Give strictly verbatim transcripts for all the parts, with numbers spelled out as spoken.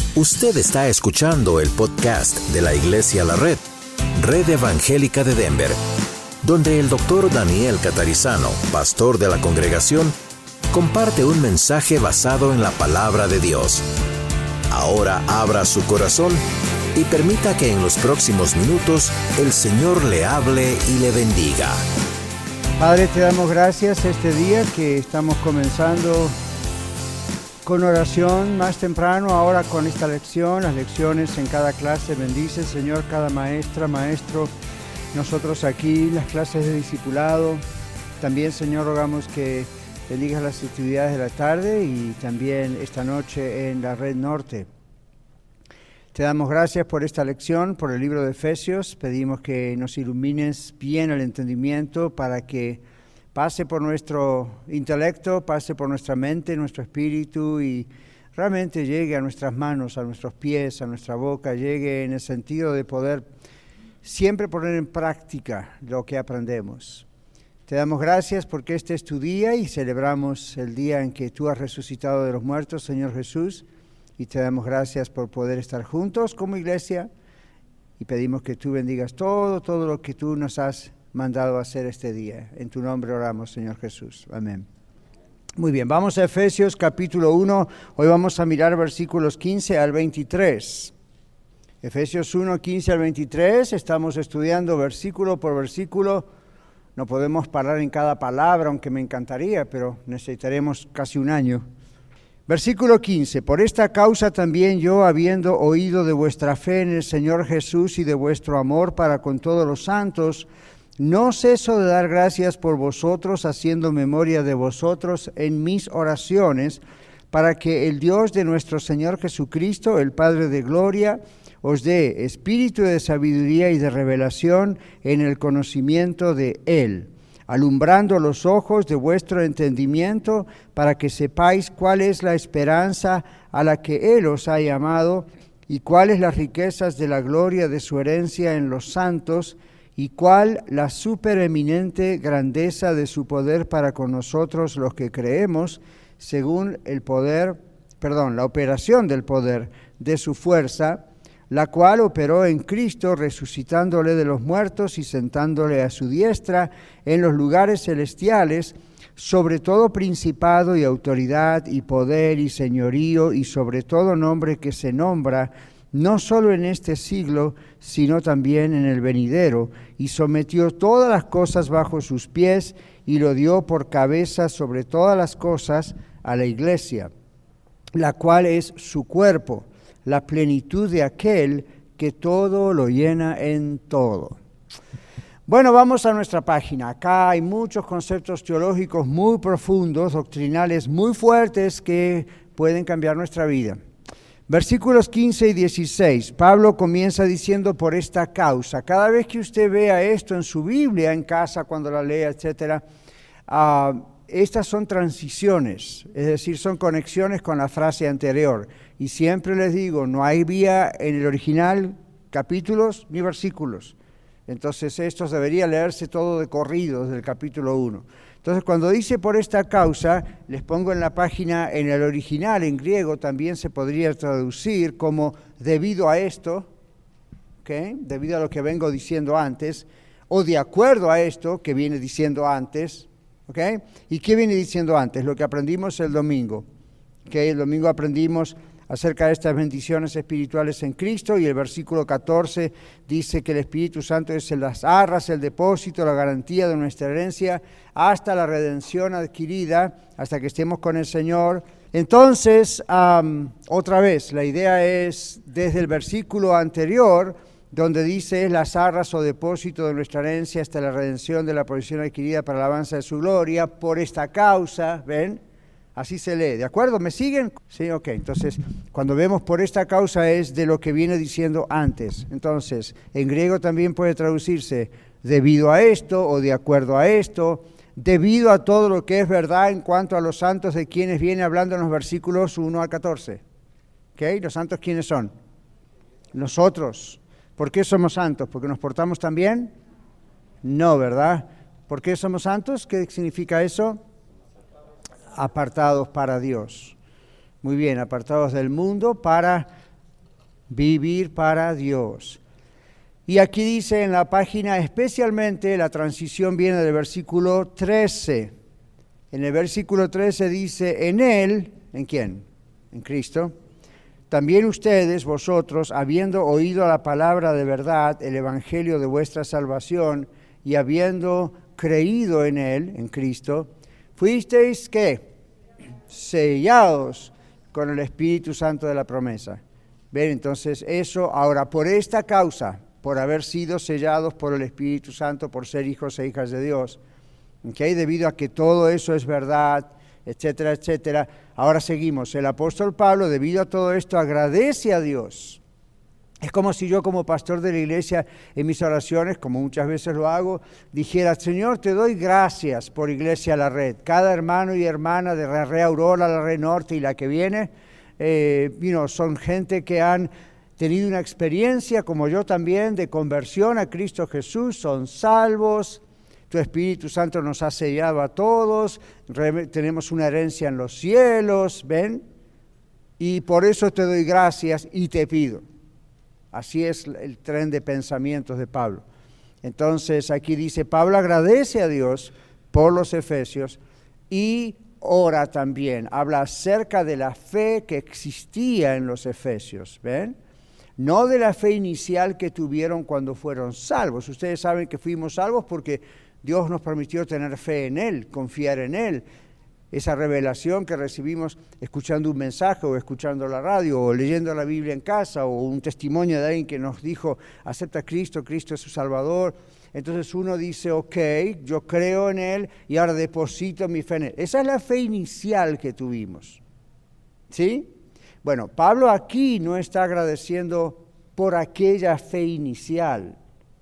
Usted está escuchando el podcast de la Iglesia La Red, Red Evangélica de Denver, donde el doctor Daniel Catarizano, pastor de la congregación, comparte un mensaje basado en la palabra de Dios. Ahora abra su corazón y permita que en los próximos minutos el Señor le hable y le bendiga. Padre, te damos gracias este día que estamos comenzando con oración más temprano, ahora con esta lección, las lecciones en cada clase. Bendice, Señor, cada maestra, maestro, nosotros aquí, las clases de discipulado. También, Señor, rogamos que bendigas las actividades de la tarde y también esta noche en la Red Norte. Te damos gracias por esta lección, por el libro de Efesios. Pedimos que nos ilumines bien el entendimiento para que pase por nuestro intelecto, pase por nuestra mente, nuestro espíritu y realmente llegue a nuestras manos, a nuestros pies, a nuestra boca, llegue en el sentido de poder siempre poner en práctica lo que aprendemos. Te damos gracias porque este es tu día y celebramos el día en que tú has resucitado de los muertos, Señor Jesús, y te damos gracias por poder estar juntos como iglesia y pedimos que tú bendigas todo, todo lo que tú nos has mandado a hacer este día. En tu nombre oramos, Señor Jesús. Amén. Muy bien, vamos a Efesios capítulo uno. Hoy vamos a mirar versículos quince al veintitrés. Efesios uno, quince al veintitrés. Estamos estudiando versículo por versículo. No podemos parar en cada palabra, aunque me encantaría, pero necesitaremos casi un año. Versículo quince. Por esta causa también yo, habiendo oído de vuestra fe en el Señor Jesús y de vuestro amor para con todos los santos, no ceso de dar gracias por vosotros, haciendo memoria de vosotros en mis oraciones, para que el Dios de nuestro Señor Jesucristo, el Padre de gloria, os dé espíritu de sabiduría y de revelación en el conocimiento de Él, alumbrando los ojos de vuestro entendimiento, para que sepáis cuál es la esperanza a la que Él os ha llamado, y cuáles las riquezas de la gloria de su herencia en los santos, y cuál la supereminente grandeza de su poder para con nosotros los que creemos, según el poder, perdón, la operación del poder de su fuerza, la cual operó en Cristo, resucitándole de los muertos y sentándole a su diestra en los lugares celestiales, sobre todo principado y autoridad y poder y señorío y sobre todo nombre que se nombra, no solo en este siglo, sino también en el venidero, y sometió todas las cosas bajo sus pies, y lo dio por cabeza sobre todas las cosas a la iglesia, la cual es su cuerpo, la plenitud de aquel que todo lo llena en todo. Bueno, vamos a nuestra página. Acá hay muchos conceptos teológicos muy profundos, doctrinales muy fuertes que pueden cambiar nuestra vida. Versículos quince y dieciséis, Pablo comienza diciendo por esta causa. Cada vez que usted vea esto en su Biblia, en casa, cuando la lea, etcétera, uh, estas son transiciones, es decir, son conexiones con la frase anterior. Y siempre les digo, no hay vía en el original capítulos ni versículos. Entonces estos debería leerse todo de corrido desde el capítulo uno. Entonces cuando dice por esta causa, les pongo en la página, en el original, en griego, también se podría traducir como debido a esto, ¿okay? Debido a lo que vengo diciendo antes, o de acuerdo a esto que viene diciendo antes, ¿okay? ¿Y qué viene diciendo antes? Lo que aprendimos el domingo, ¿okay? El domingo aprendimos acerca de estas bendiciones espirituales en Cristo, y el versículo catorce dice que el Espíritu Santo es las arras, el depósito, la garantía de nuestra herencia, hasta la redención adquirida, hasta que estemos con el Señor. Entonces, um, otra vez, la idea es desde el versículo anterior, donde dice es las arras o depósito de nuestra herencia hasta la redención de la provisión adquirida para la alabanza de su gloria, por esta causa, ¿ven? Así se lee, ¿de acuerdo? ¿Me siguen? Sí, ok. Entonces, cuando vemos por esta causa es de lo que viene diciendo antes. Entonces, en griego también puede traducirse debido a esto o de acuerdo a esto, debido a todo lo que es verdad en cuanto a los santos de quienes viene hablando en los versículos uno al catorce. ¿Ok? ¿Los santos quiénes son? Nosotros. ¿Por qué somos santos? ¿Porque nos portamos tan bien? No, ¿verdad? ¿Por qué somos santos? ¿Qué significa eso? Apartados para Dios. Muy bien, apartados del mundo para vivir para Dios. Y aquí dice en la página, especialmente la transición viene del versículo trece. En el versículo trece dice, en Él, ¿en quién? En Cristo. También ustedes, vosotros, habiendo oído la palabra de verdad, el evangelio de vuestra salvación, y habiendo creído en Él, en Cristo, fuisteis, ¿qué? Sellados con el Espíritu Santo de la promesa. Ven, entonces eso, ahora, por esta causa, por haber sido sellados por el Espíritu Santo, por ser hijos e hijas de Dios, ¿okay? Debido a que todo eso es verdad, etcétera, etcétera. Ahora seguimos. El apóstol Pablo, debido a todo esto, agradece a Dios. Es como si yo como pastor de la iglesia, en mis oraciones, como muchas veces lo hago, dijera, Señor, te doy gracias por Iglesia La Red. Cada hermano y hermana de la Red Aurora, la Red Norte y la que viene, eh, you know, son gente que han tenido una experiencia, como yo también, de conversión a Cristo Jesús, son salvos. Tu Espíritu Santo nos ha sellado a todos, re- tenemos una herencia en los cielos, ¿ven? Y por eso te doy gracias y te pido. Así es el tren de pensamientos de Pablo. Entonces aquí dice, Pablo agradece a Dios por los efesios y ora también, habla acerca de la fe que existía en los efesios, ¿ven? No de la fe inicial que tuvieron cuando fueron salvos. Ustedes saben que fuimos salvos porque Dios nos permitió tener fe en Él, confiar en Él. Esa revelación que recibimos escuchando un mensaje o escuchando la radio o leyendo la Biblia en casa o un testimonio de alguien que nos dijo, acepta a Cristo, Cristo es su Salvador. Entonces uno dice, ok, yo creo en Él y ahora deposito mi fe en Él. Esa es la fe inicial que tuvimos. ¿Sí? Bueno, Pablo aquí no está agradeciendo por aquella fe inicial.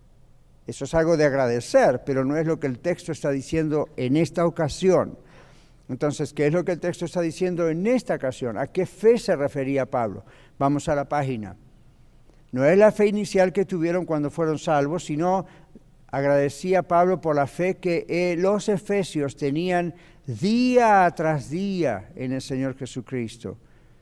Eso es algo de agradecer, pero no es lo que el texto está diciendo en esta ocasión. Entonces, ¿qué es lo que el texto está diciendo en esta ocasión? ¿A qué fe se refería Pablo? Vamos a la página. No es la fe inicial que tuvieron cuando fueron salvos, sino agradecía Pablo por la fe que eh, los efesios tenían día tras día en el Señor Jesucristo.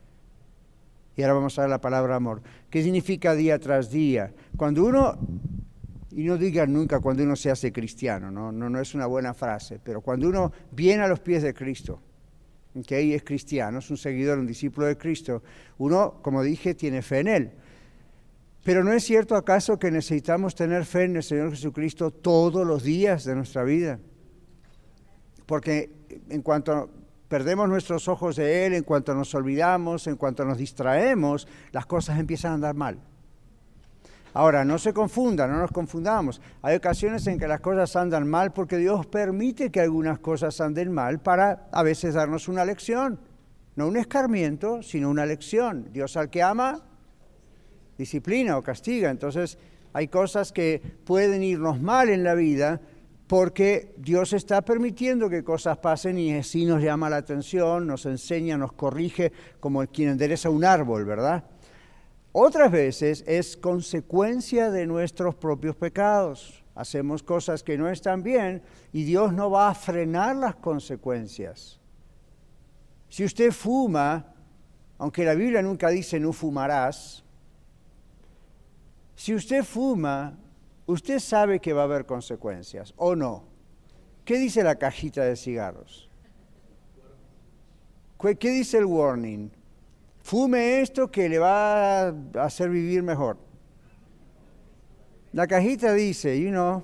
Y ahora vamos a ver la palabra amor. ¿Qué significa día tras día? Cuando uno, y no digan nunca cuando uno se hace cristiano, no, no, no es una buena frase, pero cuando uno viene a los pies de Cristo, que ahí es cristiano, es un seguidor, un discípulo de Cristo, uno, como dije, tiene fe en Él. Pero ¿no es cierto acaso que necesitamos tener fe en el Señor Jesucristo todos los días de nuestra vida? Porque en cuanto perdemos nuestros ojos de Él, en cuanto nos olvidamos, en cuanto nos distraemos, las cosas empiezan a andar mal. Ahora, no se confundan, no nos confundamos. Hay ocasiones en que las cosas andan mal porque Dios permite que algunas cosas anden mal para a veces darnos una lección. No un escarmiento, sino una lección. Dios al que ama, disciplina o castiga. Entonces, hay cosas que pueden irnos mal en la vida porque Dios está permitiendo que cosas pasen y así nos llama la atención, nos enseña, nos corrige, como quien endereza un árbol, ¿verdad? Otras veces es consecuencia de nuestros propios pecados. Hacemos cosas que no están bien y Dios no va a frenar las consecuencias. Si usted fuma, aunque la Biblia nunca dice no fumarás, si usted fuma, usted sabe que va a haber consecuencias, ¿o no? ¿Qué dice la cajita de cigarros? ¿Qué dice el warning? Fume esto que le va a hacer vivir mejor. La cajita dice, you know,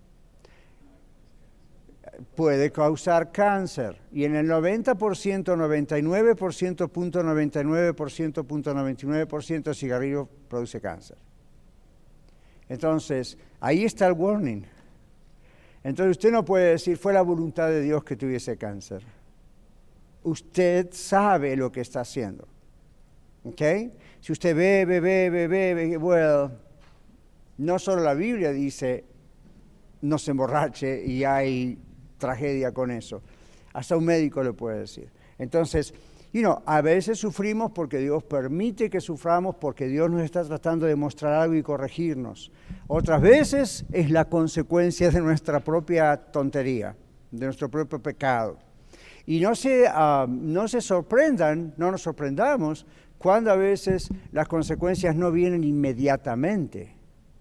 puede causar cáncer. Y en el noventa por ciento, noventa y nueve por ciento, punto noventa y nueve por ciento, punto noventa y nueve por ciento de cigarrillo produce cáncer. Entonces, ahí está el warning. Entonces usted no puede decir, fue la voluntad de Dios que tuviese cáncer. Usted sabe lo que está haciendo. ¿Ok? Si usted bebe, bebe, bebe, well, no solo la Biblia dice, no se emborrache y hay tragedia con eso. Hasta un médico le puede decir. Entonces, you know, a veces sufrimos porque Dios permite que suframos, porque Dios nos está tratando de mostrar algo y corregirnos. Otras veces es la consecuencia de nuestra propia tontería, de nuestro propio pecado. Y no se, uh, no se sorprendan, no nos sorprendamos, cuando a veces las consecuencias no vienen inmediatamente.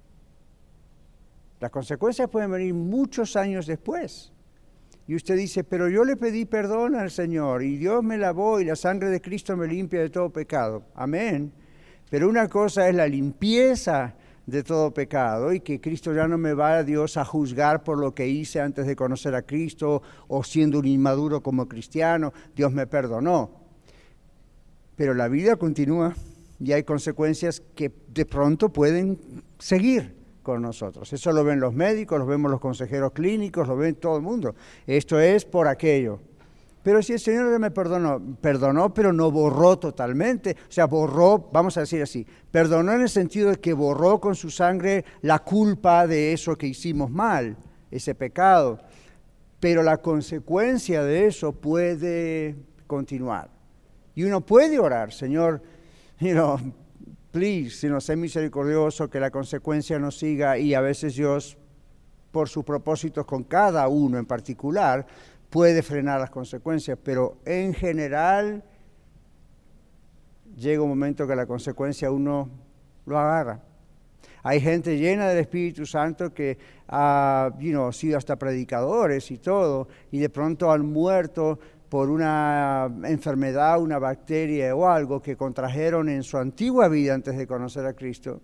Las consecuencias pueden venir muchos años después. Y usted dice, pero yo le pedí perdón al Señor y Dios me lavó y la sangre de Cristo me limpia de todo pecado. Amén. Pero una cosa es la limpieza de todo pecado y que Cristo ya no me va a Dios a juzgar por lo que hice antes de conocer a Cristo o siendo un inmaduro como cristiano. Dios me perdonó. Pero la vida continúa y hay consecuencias que de pronto pueden seguir con nosotros. Eso lo ven los médicos, lo vemos los consejeros clínicos, lo ven todo el mundo. Esto es por aquello. Pero si el Señor me perdonó, perdonó, pero no borró totalmente, o sea, borró, vamos a decir así, perdonó en el sentido de que borró con su sangre la culpa de eso que hicimos mal, ese pecado. Pero la consecuencia de eso puede continuar. Y uno puede orar, Señor, you know, please, si no sé misericordioso, que la consecuencia no siga, y a veces Dios, por sus propósitos con cada uno en particular, puede frenar las consecuencias, pero en general llega un momento que la consecuencia uno lo agarra. Hay gente llena del Espíritu Santo que ha you know, sido hasta predicadores y todo, y de pronto han muerto por una enfermedad, una bacteria o algo que contrajeron en su antigua vida antes de conocer a Cristo.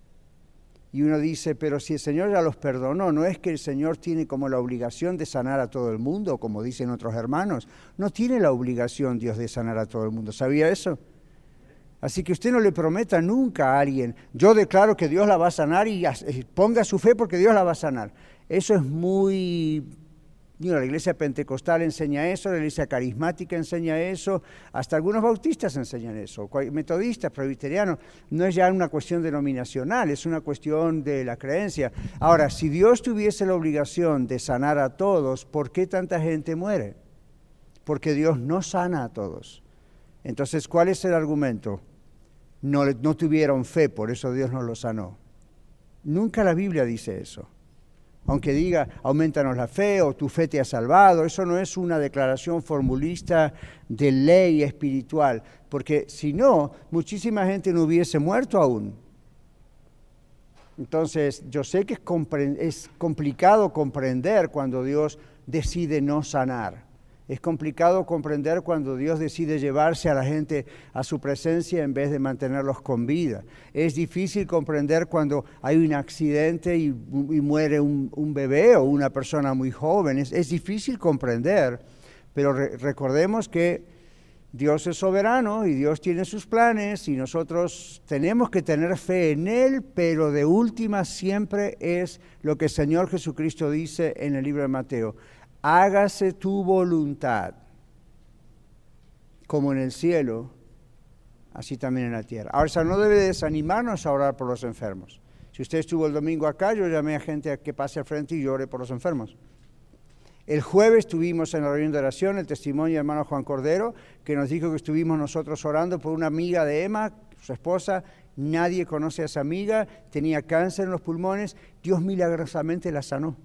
Y uno dice, pero si el Señor ya los perdonó, ¿no es que el Señor tiene como la obligación de sanar a todo el mundo, como dicen otros hermanos? No tiene la obligación Dios de sanar a todo el mundo. ¿Sabía eso? Así que usted no le prometa nunca a alguien, yo declaro que Dios la va a sanar y ponga su fe porque Dios la va a sanar. Eso es muy... La iglesia pentecostal enseña eso, la iglesia carismática enseña eso, hasta algunos bautistas enseñan eso, metodistas, presbiterianos. No es ya una cuestión denominacional, es una cuestión de la creencia. Ahora, si Dios tuviese la obligación de sanar a todos, ¿por qué tanta gente muere? Porque Dios no sana a todos. Entonces, ¿cuál es el argumento? No, no tuvieron fe, por eso Dios no los sanó. Nunca la Biblia dice eso. Aunque diga, aumentanos la fe o tu fe te ha salvado, eso no es una declaración formulista de ley espiritual, porque si no, muchísima gente no hubiese muerto aún. Entonces, yo sé que es, compre- es complicado comprender cuando Dios decide no sanar. Es complicado comprender cuando Dios decide llevarse a la gente a su presencia en vez de mantenerlos con vida. Es difícil comprender cuando hay un accidente y, y muere un, un bebé o una persona muy joven. Es, es difícil comprender, pero re, recordemos que Dios es soberano y Dios tiene sus planes y nosotros tenemos que tener fe en Él, pero de última siempre es lo que el Señor Jesucristo dice en el libro de Mateo. Hágase tu voluntad, como en el cielo, así también en la tierra. Ahora, eso no debe desanimarnos a orar por los enfermos. Si usted estuvo el domingo acá, yo llamé a gente a que pase al frente y yo oré por los enfermos. El jueves tuvimos en la reunión de oración el testimonio del hermano Juan Cordero, que nos dijo que estuvimos nosotros orando por una amiga de Emma, su esposa. Nadie conoce a esa amiga, tenía cáncer en los pulmones. Dios milagrosamente la sanó.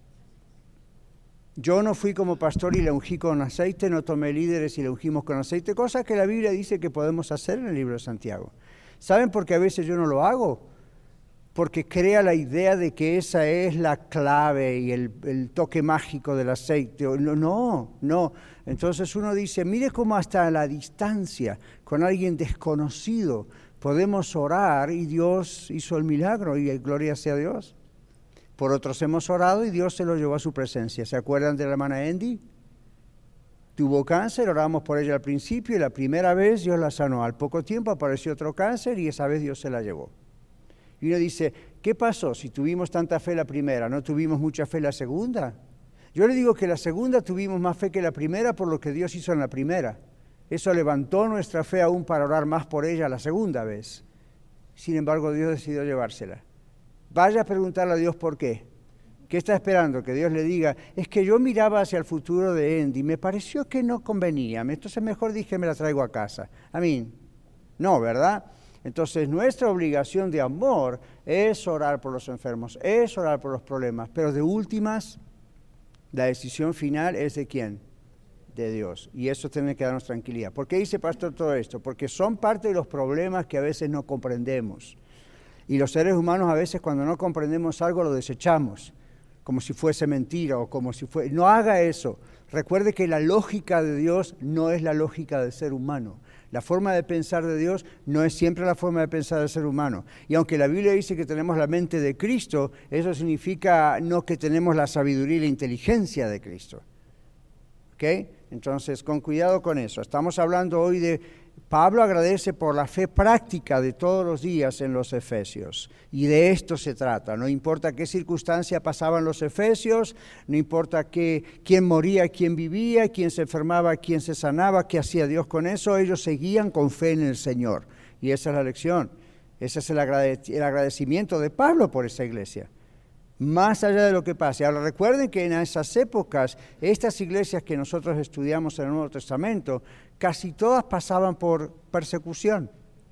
Yo no fui como pastor y la ungí con aceite, no tomé líderes y la ungimos con aceite, cosa que la Biblia dice que podemos hacer en el libro de Santiago. ¿Saben por qué a veces yo no lo hago? Porque crea la idea de que esa es la clave y el, el toque mágico del aceite. No, no, no. Entonces uno dice, mire cómo hasta a la distancia, con alguien desconocido, podemos orar y Dios hizo el milagro y gloria sea a Dios. Por otros hemos orado y Dios se lo llevó a su presencia. ¿Se acuerdan de la hermana Andy? Tuvo cáncer, oramos por ella al principio y la primera vez Dios la sanó. Al poco tiempo apareció otro cáncer y esa vez Dios se la llevó. Y uno dice, ¿qué pasó? Si tuvimos tanta fe la primera, ¿no tuvimos mucha fe la segunda? Yo le digo que la segunda tuvimos más fe que la primera por lo que Dios hizo en la primera. Eso levantó nuestra fe aún para orar más por ella la segunda vez. Sin embargo, Dios decidió llevársela. Vaya a preguntarle a Dios por qué. ¿Qué está esperando? Que Dios le diga, es que yo miraba hacia el futuro de Andy, me pareció que no convenía, entonces mejor dije me la traigo a casa. A mí, no, ¿verdad? Entonces nuestra obligación de amor es orar por los enfermos, es orar por los problemas, pero de últimas, la decisión final es de quién? de Dios. Y eso tiene que darnos tranquilidad. ¿Por qué dice pastor todo esto? Porque son parte de los problemas que a veces no comprendemos. Y los seres humanos a veces cuando no comprendemos algo lo desechamos, como si fuese mentira o como si fuese... No haga eso. Recuerde que la lógica de Dios no es la lógica del ser humano. La forma de pensar de Dios no es siempre la forma de pensar del ser humano. Y aunque la Biblia dice que tenemos la mente de Cristo, eso significa no que tenemos la sabiduría y la inteligencia de Cristo. ¿Ok? Entonces, con cuidado con eso. Estamos hablando hoy de... Pablo agradece por la fe práctica de todos los días en los Efesios. Y de esto se trata. No importa qué circunstancia pasaban los Efesios, no importa qué, quién moría, quién vivía, quién se enfermaba, quién se sanaba, qué hacía Dios con eso, ellos seguían con fe en el Señor. Y esa es la lección. Ese es el, agrade- el agradecimiento de Pablo por esa iglesia. Más allá de lo que pase. Ahora recuerden que en esas épocas, estas iglesias que nosotros estudiamos en el Nuevo Testamento, casi todas pasaban por persecución.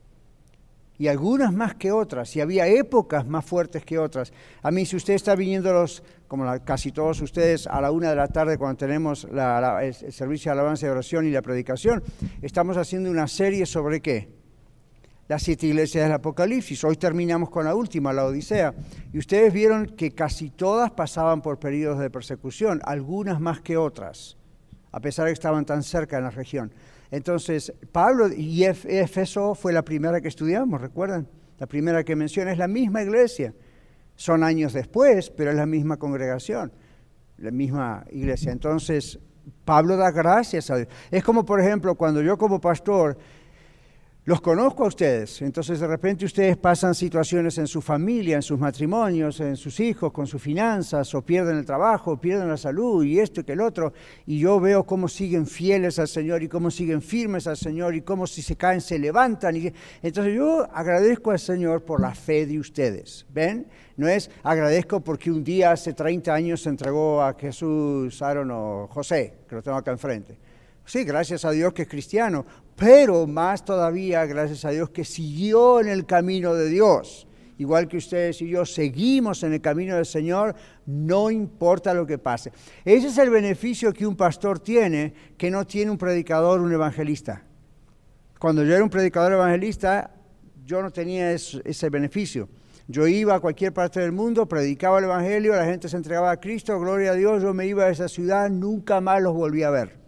Y algunas más que otras. Y había épocas más fuertes que otras. A mí, si usted está viniendo, los, como la, casi todos ustedes, a la una de la tarde cuando tenemos la, la, el, el servicio de alabanza y oración y la predicación, estamos haciendo una serie sobre ¿qué? Las siete iglesias del Apocalipsis. Hoy terminamos con la última, la Odisea. Y ustedes vieron que casi todas pasaban por periodos de persecución, algunas más que otras, a pesar de que estaban tan cerca en la región. Entonces, Pablo, y Éfeso fue la primera que estudiamos, ¿recuerdan? La primera que menciona es la misma iglesia. Son años después, pero es la misma congregación, la misma iglesia. Entonces, Pablo da gracias a Dios. Es como, por ejemplo, cuando yo como pastor... Los conozco a ustedes, entonces de repente ustedes pasan situaciones en su familia, en sus matrimonios, en sus hijos, con sus finanzas, o pierden el trabajo, o pierden la salud, y esto y que el otro, y yo veo cómo siguen fieles al Señor, y cómo siguen firmes al Señor, y cómo si se caen se levantan. Y... Entonces yo agradezco al Señor por la fe de ustedes, ¿ven? No es agradezco porque un día hace treinta años se entregó a Jesús, I don't know, José, que lo tengo acá enfrente. Sí, gracias a Dios que es cristiano, pero más todavía gracias a Dios que siguió en el camino de Dios. Igual que ustedes y yo seguimos en el camino del Señor, no importa lo que pase. Ese es el beneficio que un pastor tiene, que no tiene un predicador, un evangelista. Cuando yo era un predicador evangelista, yo no tenía ese, ese beneficio. Yo iba a cualquier parte del mundo, predicaba el evangelio, la gente se entregaba a Cristo, gloria a Dios, yo me iba a esa ciudad, nunca más los volví a ver.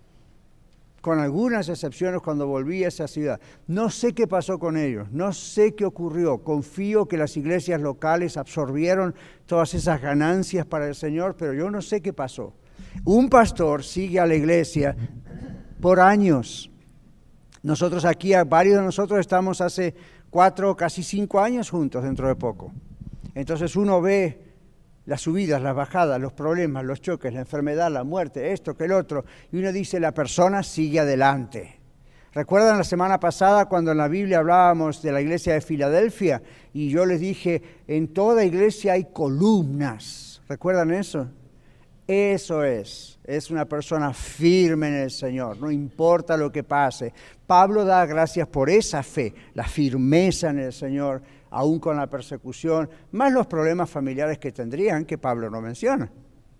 Con algunas excepciones cuando volví a esa ciudad. No sé qué pasó con ellos, no sé qué ocurrió. Confío que las iglesias locales absorbieron todas esas ganancias para el Señor, pero yo no sé qué pasó. Un pastor sigue a la iglesia por años. Nosotros aquí, varios de nosotros estamos hace cuatro, casi cinco años juntos dentro de poco. Entonces uno ve las subidas, las bajadas, los problemas, los choques, la enfermedad, la muerte, esto que el otro. Y uno dice, la persona sigue adelante. ¿Recuerdan la semana pasada cuando en la Biblia hablábamos de la iglesia de Filadelfia? Y yo les dije, en toda iglesia hay columnas. ¿Recuerdan eso? Eso es, es una persona firme en el Señor, no importa lo que pase. Pablo da gracias por esa fe, la firmeza en el Señor, aún con la persecución, más los problemas familiares que tendrían, que Pablo no menciona.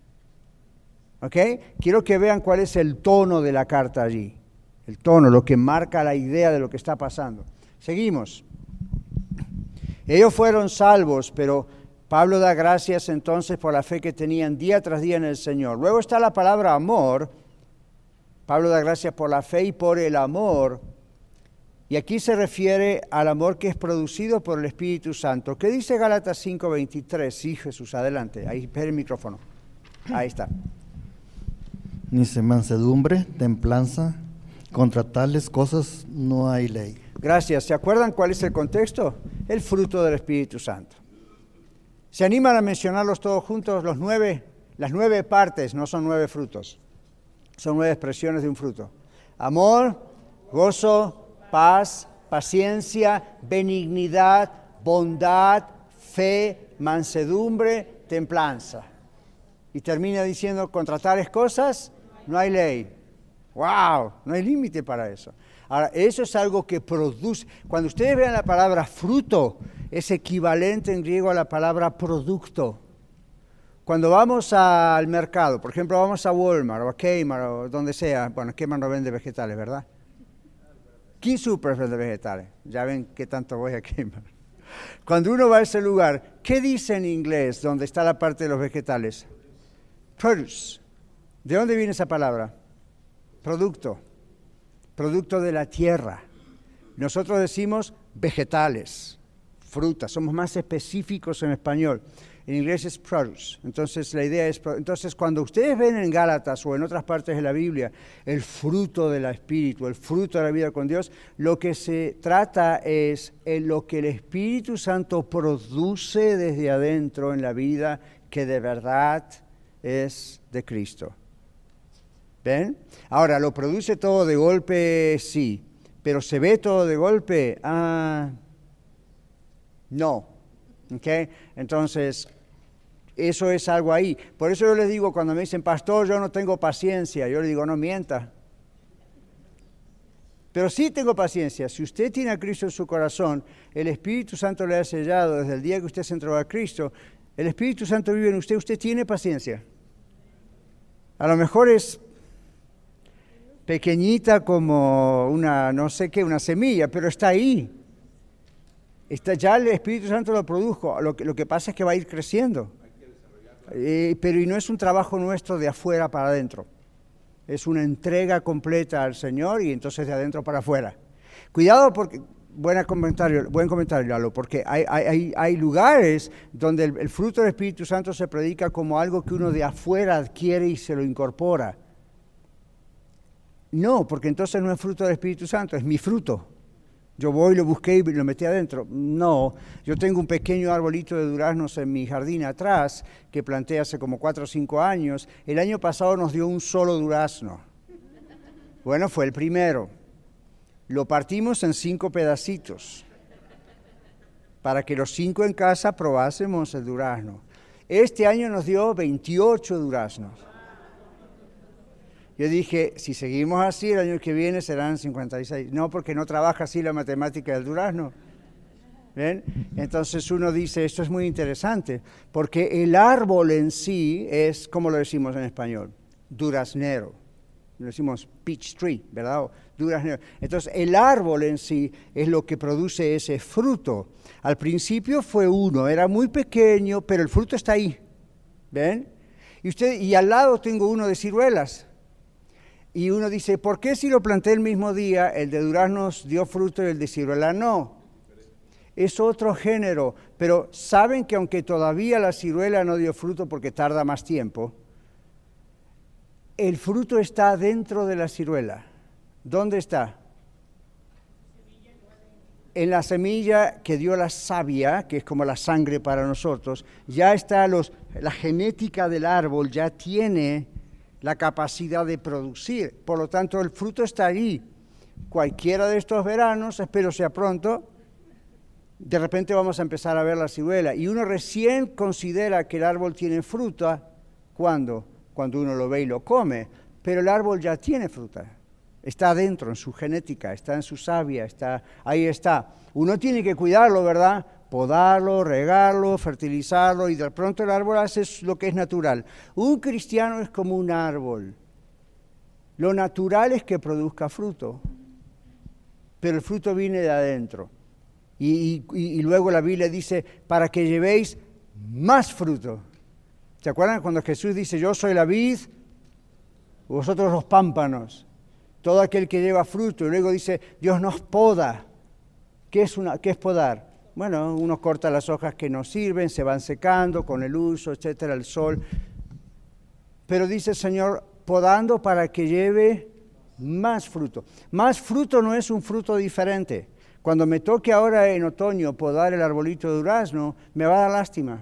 ¿Ok? Quiero que vean cuál es el tono de la carta allí. El tono, lo que marca la idea de lo que está pasando. Seguimos. Ellos fueron salvos, pero Pablo da gracias entonces por la fe que tenían día tras día en el Señor. Luego está la palabra amor. Pablo da gracias por la fe y por el amor. Y aquí se refiere al amor que es producido por el Espíritu Santo. ¿Qué dice Gálatas cinco veintitrés? Sí, Jesús, adelante. Ahí, espera el micrófono. Ahí está. Dice mansedumbre, templanza, contra tales cosas no hay ley. Gracias. ¿Se acuerdan cuál es el contexto? El fruto del Espíritu Santo. ¿Se animan a mencionarlos todos juntos? Los nueve, las nueve partes, no son nueve frutos. Son nueve expresiones de un fruto. Amor, gozo, paz, paciencia, benignidad, bondad, fe, mansedumbre, templanza. Y termina diciendo, contra tales cosas no hay ley. ¡Wow! No hay límite para eso. Ahora, eso es algo que produce. Cuando ustedes vean la palabra fruto, es equivalente en griego a la palabra producto. Cuando vamos al mercado, por ejemplo, vamos a Walmart o a Kmart o donde sea, bueno, Kmart no vende vegetales, ¿verdad? King Super vende vegetales. Ya ven qué tanto voy a Kmart. Cuando uno va a ese lugar, ¿qué dice en inglés donde está la parte de los vegetales? Produce. ¿De dónde viene esa palabra? Producto. Producto de la tierra. Nosotros decimos vegetales, frutas, somos más específicos en español. En inglés es produce. Entonces la idea es, entonces cuando ustedes ven en Gálatas o en otras partes de la Biblia el fruto del Espíritu, el fruto de la vida con Dios, lo que se trata es en lo que el Espíritu Santo produce desde adentro en la vida que de verdad es de Cristo. ¿Ven? Ahora, ¿lo produce todo de golpe? Sí. ¿Pero se ve todo de golpe? Ah, no. ¿Ok? Entonces, eso es algo ahí. Por eso yo les digo, cuando me dicen, pastor, yo no tengo paciencia, yo les digo, no mienta. Pero sí tengo paciencia. Si usted tiene a Cristo en su corazón, el Espíritu Santo le ha sellado desde el día que usted se entregó a Cristo, el Espíritu Santo vive en usted, usted tiene paciencia. A lo mejor es pequeñita como una, no sé qué, una semilla, pero está ahí. Está, ya el Espíritu Santo lo produjo, lo que, lo que pasa es que va a ir creciendo. Eh, pero y no es un trabajo nuestro de afuera para adentro. Es una entrega completa al Señor y entonces de adentro para afuera. Cuidado porque, buen comentario, buen comentario, Lalo, porque hay, hay, hay lugares donde el, el fruto del Espíritu Santo se predica como algo que uno de afuera adquiere y se lo incorpora. No, porque entonces no es fruto del Espíritu Santo, es mi fruto. Yo voy, lo busqué y lo metí adentro. No, yo tengo un pequeño arbolito de duraznos en mi jardín atrás que planté hace como cuatro o cinco años. El año pasado nos dio un solo durazno. Bueno, fue el primero. Lo partimos en cinco pedacitos para que los cinco en casa probásemos el durazno. Este año nos dio veintiocho duraznos. Yo dije, si seguimos así, el año que viene serán cincuenta y seis. No, porque no trabaja así la matemática del durazno. ¿Ven? Entonces uno dice, esto es muy interesante, porque el árbol en sí es, ¿cómo lo decimos en español? Duraznero. Lo decimos peach tree, ¿verdad? O duraznero. Entonces el árbol en sí es lo que produce ese fruto. Al principio fue uno, era muy pequeño, pero el fruto está ahí. ¿Ven? Y, usted, y al lado tengo uno de ciruelas. Y uno dice, ¿por qué si lo planté el mismo día, el de duraznos dio fruto y el de ciruela no? Es otro género, pero saben que aunque todavía la ciruela no dio fruto porque tarda más tiempo, el fruto está dentro de la ciruela. ¿Dónde está? En la semilla que dio la savia, que es como la sangre para nosotros, ya está los, la genética del árbol, ya tiene la capacidad de producir. Por lo tanto, el fruto está ahí. Cualquiera de estos veranos, espero sea pronto, de repente vamos a empezar a ver la ciruela. Y uno recién considera que el árbol tiene fruta, ¿cuándo? Cuando uno lo ve y lo come. Pero el árbol ya tiene fruta. Está adentro, en su genética, está en su savia, está, ahí está. Uno tiene que cuidarlo, ¿verdad? Podarlo, regarlo, fertilizarlo, y de pronto el árbol hace lo que es natural. Un cristiano es como un árbol. Lo natural es que produzca fruto, pero el fruto viene de adentro. Y, y, y luego la Biblia dice, para que llevéis más fruto. ¿Se acuerdan cuando Jesús dice, yo soy la vid, vosotros los pámpanos? Todo aquel que lleva fruto. Y luego dice, Dios nos poda. ¿Qué es, una, qué es podar? Bueno, uno corta las hojas que no sirven, se van secando con el uso, etcétera, el sol. Pero dice el Señor, podando para que lleve más fruto. Más fruto no es un fruto diferente. Cuando me toque ahora en otoño podar el arbolito de durazno, me va a dar lástima.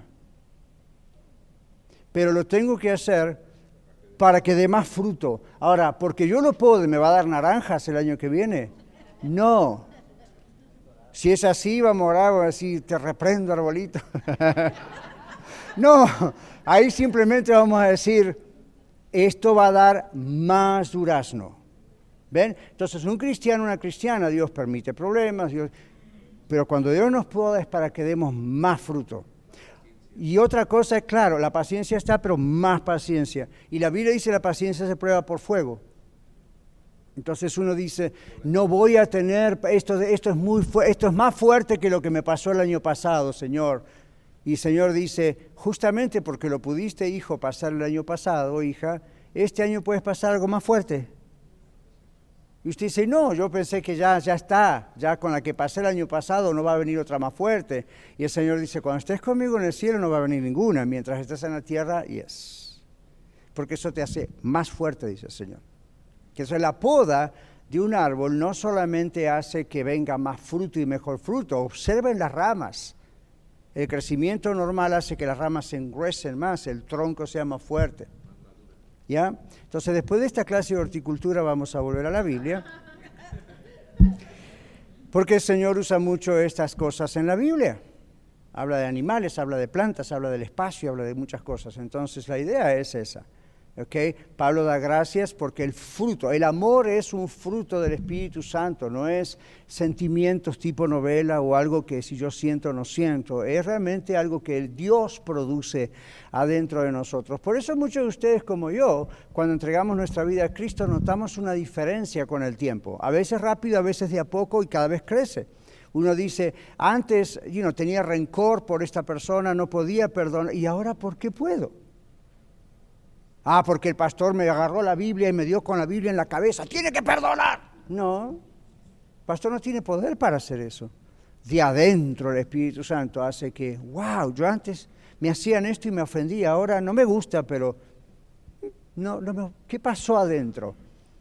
Pero lo tengo que hacer para que dé más fruto. Ahora, porque yo lo puedo, ¿me va a dar naranjas el año que viene? No. Si es así, vamos a orar, así te reprendo, arbolito. No, ahí simplemente vamos a decir, esto va a dar más durazno. ¿Ven? Entonces, un cristiano, una cristiana, Dios permite problemas, Dios, pero cuando Dios nos poda es para que demos más fruto. Y otra cosa, claro, la paciencia está, pero más paciencia. Y la Biblia dice la paciencia se prueba por fuego. Entonces uno dice, no voy a tener, esto, esto, es muy fu- esto es más fuerte que lo que me pasó el año pasado, Señor. Y el Señor dice, justamente porque lo pudiste, hijo, pasar el año pasado, hija, este año puedes pasar algo más fuerte. Y usted dice, no, yo pensé que ya, ya está, ya con la que pasé el año pasado no va a venir otra más fuerte. Y el Señor dice, cuando estés conmigo en el cielo no va a venir ninguna, mientras estés en la tierra, yes. Porque eso te hace más fuerte, dice el Señor. Que eso es la poda de un árbol, no solamente hace que venga más fruto y mejor fruto, observen las ramas. El crecimiento normal hace que las ramas se engruesen más, el tronco sea más fuerte. ¿Ya? Entonces, después de esta clase de horticultura vamos a volver a la Biblia, porque el Señor usa mucho estas cosas en la Biblia. Habla de animales, habla de plantas, habla del espacio, habla de muchas cosas. Entonces, la idea es esa. ¿Okay? Pablo da gracias porque el fruto, el amor es un fruto del Espíritu Santo, no es sentimientos tipo novela o algo que si yo siento o no siento, es realmente algo que el Dios produce adentro de nosotros. Por eso muchos de ustedes como yo, cuando entregamos nuestra vida a Cristo, notamos una diferencia con el tiempo, a veces rápido, a veces de a poco y cada vez crece. Uno dice, antes you know, tenía rencor por esta persona, no podía perdonar, y ahora ¿por qué puedo? Ah, porque el pastor me agarró la Biblia y me dio con la Biblia en la cabeza. ¡Tiene que perdonar! No, el pastor no tiene poder para hacer eso. De adentro el Espíritu Santo hace que, wow, yo antes me hacían esto y me ofendía, ahora no me gusta, pero no, no me, ¿qué pasó adentro?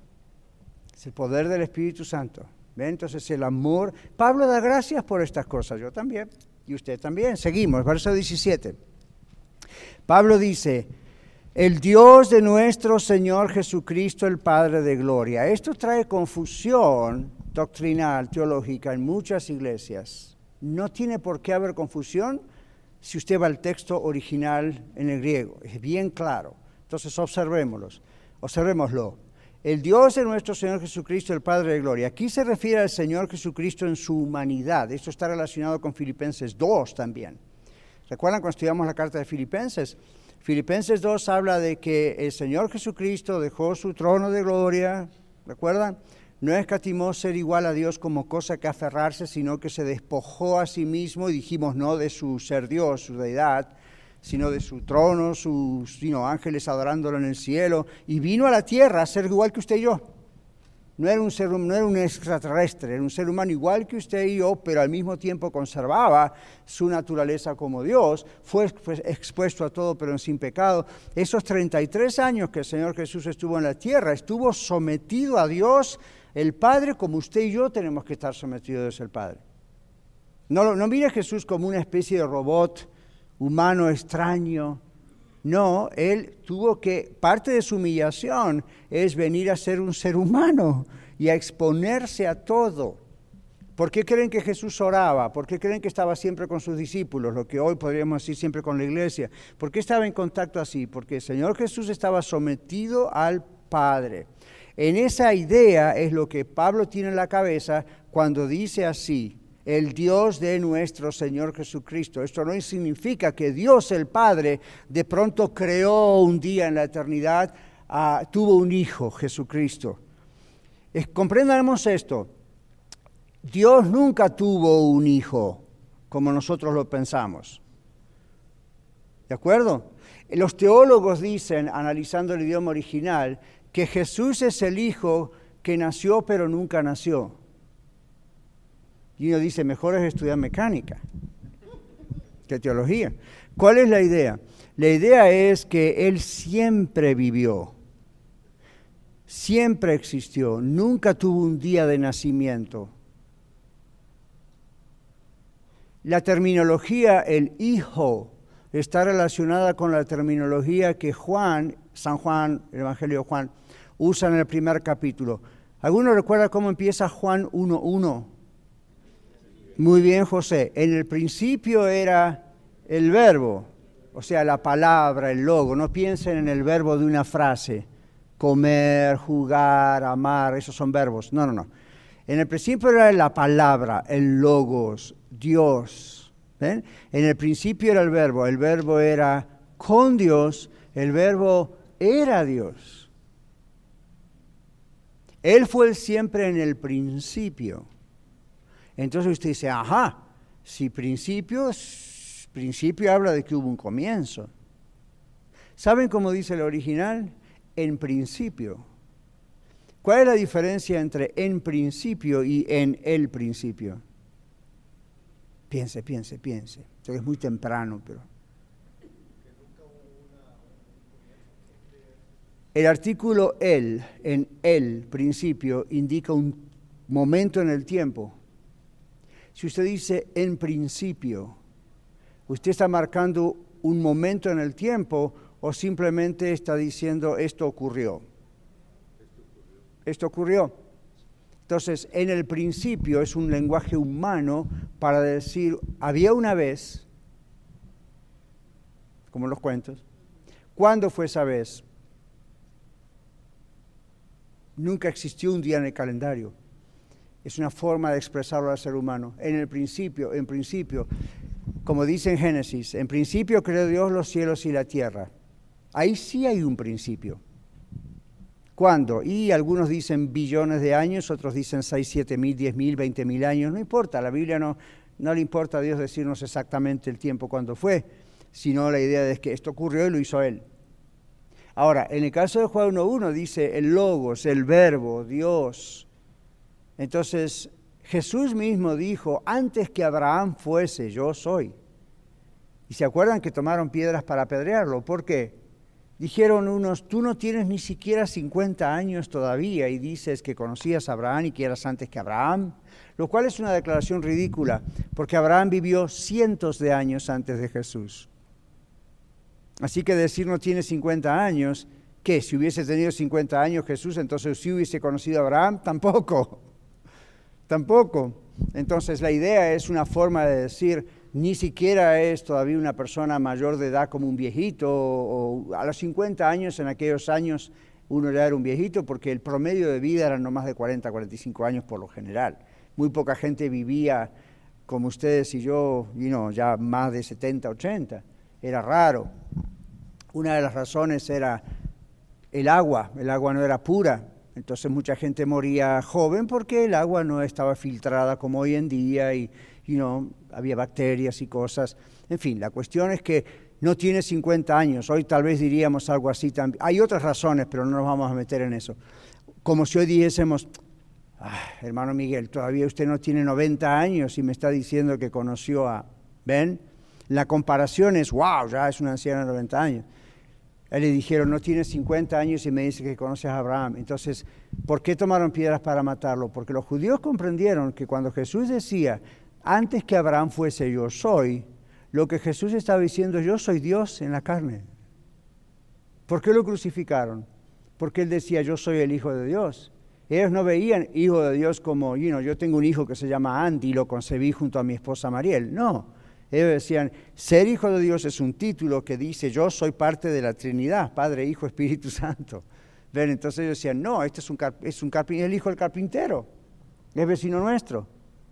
Es el poder del Espíritu Santo. ¿Ven? Entonces el amor. Pablo da gracias por estas cosas, yo también, y usted también. Seguimos, verso diecisiete. Pablo dice, el Dios de nuestro Señor Jesucristo, el Padre de gloria. Esto trae confusión doctrinal, teológica en muchas iglesias. No tiene por qué haber confusión si usted va al texto original en el griego. Es bien claro. Entonces observémoslo. Observémoslo. El Dios de nuestro Señor Jesucristo, el Padre de gloria. Aquí se refiere al Señor Jesucristo en su humanidad. Esto está relacionado con Filipenses dos también. ¿Recuerdan cuando estudiamos la carta de Filipenses? Filipenses dos habla de que el Señor Jesucristo dejó su trono de gloria, ¿recuerdan? No escatimó ser igual a Dios como cosa que aferrarse, sino que se despojó a sí mismo, y dijimos no de su ser Dios, su deidad, sino de su trono, sus you know, ángeles adorándolo en el cielo, y vino a la tierra a ser igual que usted y yo. No era un ser, no era un extraterrestre, era un ser humano igual que usted y yo, pero al mismo tiempo conservaba su naturaleza como Dios, fue pues, expuesto a todo, pero sin pecado. Esos treinta y tres años que el Señor Jesús estuvo en la tierra, estuvo sometido a Dios, el Padre, como usted y yo tenemos que estar sometidos al Padre. No, no mire a Jesús como una especie de robot humano extraño. No, Él tuvo que, parte de su humillación es venir a ser un ser humano y a exponerse a todo. ¿Por qué creen que Jesús oraba? ¿Por qué creen que estaba siempre con sus discípulos? Lo que hoy podríamos decir siempre con la iglesia. ¿Por qué estaba en contacto así? Porque el Señor Jesús estaba sometido al Padre. En esa idea es lo que Pablo tiene en la cabeza cuando dice así, el Dios de nuestro Señor Jesucristo. Esto no significa que Dios el Padre de pronto creó un día en la eternidad, uh, tuvo un hijo, Jesucristo. Es, comprendamos esto, Dios nunca tuvo un hijo como nosotros lo pensamos. ¿De acuerdo? Los teólogos dicen, analizando el idioma original, que Jesús es el hijo que nació pero nunca nació. Y uno dice, mejor es estudiar mecánica que teología. ¿Cuál es la idea? La idea es que Él siempre vivió, siempre existió, nunca tuvo un día de nacimiento. La terminología, el hijo, está relacionada con la terminología que Juan, San Juan, el Evangelio de Juan, usa en el primer capítulo. ¿Alguno recuerda cómo empieza Juan uno uno? Muy bien, José. En el principio era el verbo, o sea, la palabra, el logo. No piensen en el verbo de una frase. Comer, jugar, amar, esos son verbos. No, no, no. En el principio era la palabra, el logos, Dios. ¿Ven? En el principio era el verbo, el verbo era con Dios, el verbo era Dios. Él fue siempre en el principio. Entonces usted dice, ajá, si principio, principio habla de que hubo un comienzo. ¿Saben cómo dice el original? En principio. ¿Cuál es la diferencia entre en principio y en el principio? Piense, piense, piense. Esto es muy temprano, pero... El artículo el, en el principio, indica un momento en el tiempo. Si usted dice en principio, ¿usted está marcando un momento en el tiempo o simplemente está diciendo esto ocurrió? Esto ocurrió. Entonces, en el principio es un lenguaje humano para decir, había una vez, como en los cuentos. ¿Cuándo fue esa vez? Nunca existió un día en el calendario. Es una forma de expresarlo al ser humano. En el principio, en principio, como dice en Génesis, en principio creó Dios los cielos y la tierra. Ahí sí hay un principio. ¿Cuándo? Y algunos dicen billones de años, otros dicen seis, siete mil, diez mil, veinte mil años. No importa, a la Biblia no, no le importa a Dios decirnos exactamente el tiempo cuándo fue, sino la idea de que esto ocurrió y lo hizo Él. Ahora, en el caso de Juan uno uno dice el Logos, el Verbo, Dios. Entonces, Jesús mismo dijo, antes que Abraham fuese, yo soy. ¿Y se acuerdan que tomaron piedras para apedrearlo? ¿Por qué? Dijeron unos, tú no tienes ni siquiera cincuenta años todavía y dices que conocías a Abraham y que eras antes que Abraham, lo cual es una declaración ridícula, porque Abraham vivió cientos de años antes de Jesús. Así que decir no tiene cincuenta años, ¿qué? Si hubiese tenido cincuenta años Jesús, entonces sí hubiese conocido a Abraham, tampoco, tampoco. Entonces la idea es una forma de decir, ni siquiera es todavía una persona mayor de edad como un viejito, o, o a los cincuenta años, en aquellos años, uno ya era un viejito, porque el promedio de vida era no más de cuarenta, cuarenta y cinco años por lo general. Muy poca gente vivía como ustedes y yo, you know, ya más de setenta, ochenta. Era raro. Una de las razones era el agua, el agua no era pura, entonces mucha gente moría joven porque el agua no estaba filtrada como hoy en día y you know, había bacterias y cosas. En fin, la cuestión es que no tiene cincuenta años, hoy tal vez diríamos algo así también. Hay otras razones, pero no nos vamos a meter en eso. Como si hoy dijésemos, ah, hermano Miguel, todavía usted no tiene noventa años y me está diciendo que conoció a... ¿Ven? La comparación es, wow, ya es una anciana de noventa años. A él le dijeron, no tienes cincuenta años y me dice que conoces a Abraham. Entonces, ¿por qué tomaron piedras para matarlo? Porque los judíos comprendieron que cuando Jesús decía, antes que Abraham fuese yo soy, lo que Jesús estaba diciendo, yo soy Dios en la carne. ¿Por qué lo crucificaron? Porque él decía, yo soy el Hijo de Dios. Ellos no veían Hijo de Dios como, you know, yo tengo un hijo que se llama Andy y lo concebí junto a mi esposa Mariel. No. Ellos decían, ser hijo de Dios es un título que dice, yo soy parte de la Trinidad, Padre, Hijo, Espíritu Santo. ¿Ven? Entonces ellos decían, no, este es un, es un el hijo del carpintero, es vecino nuestro.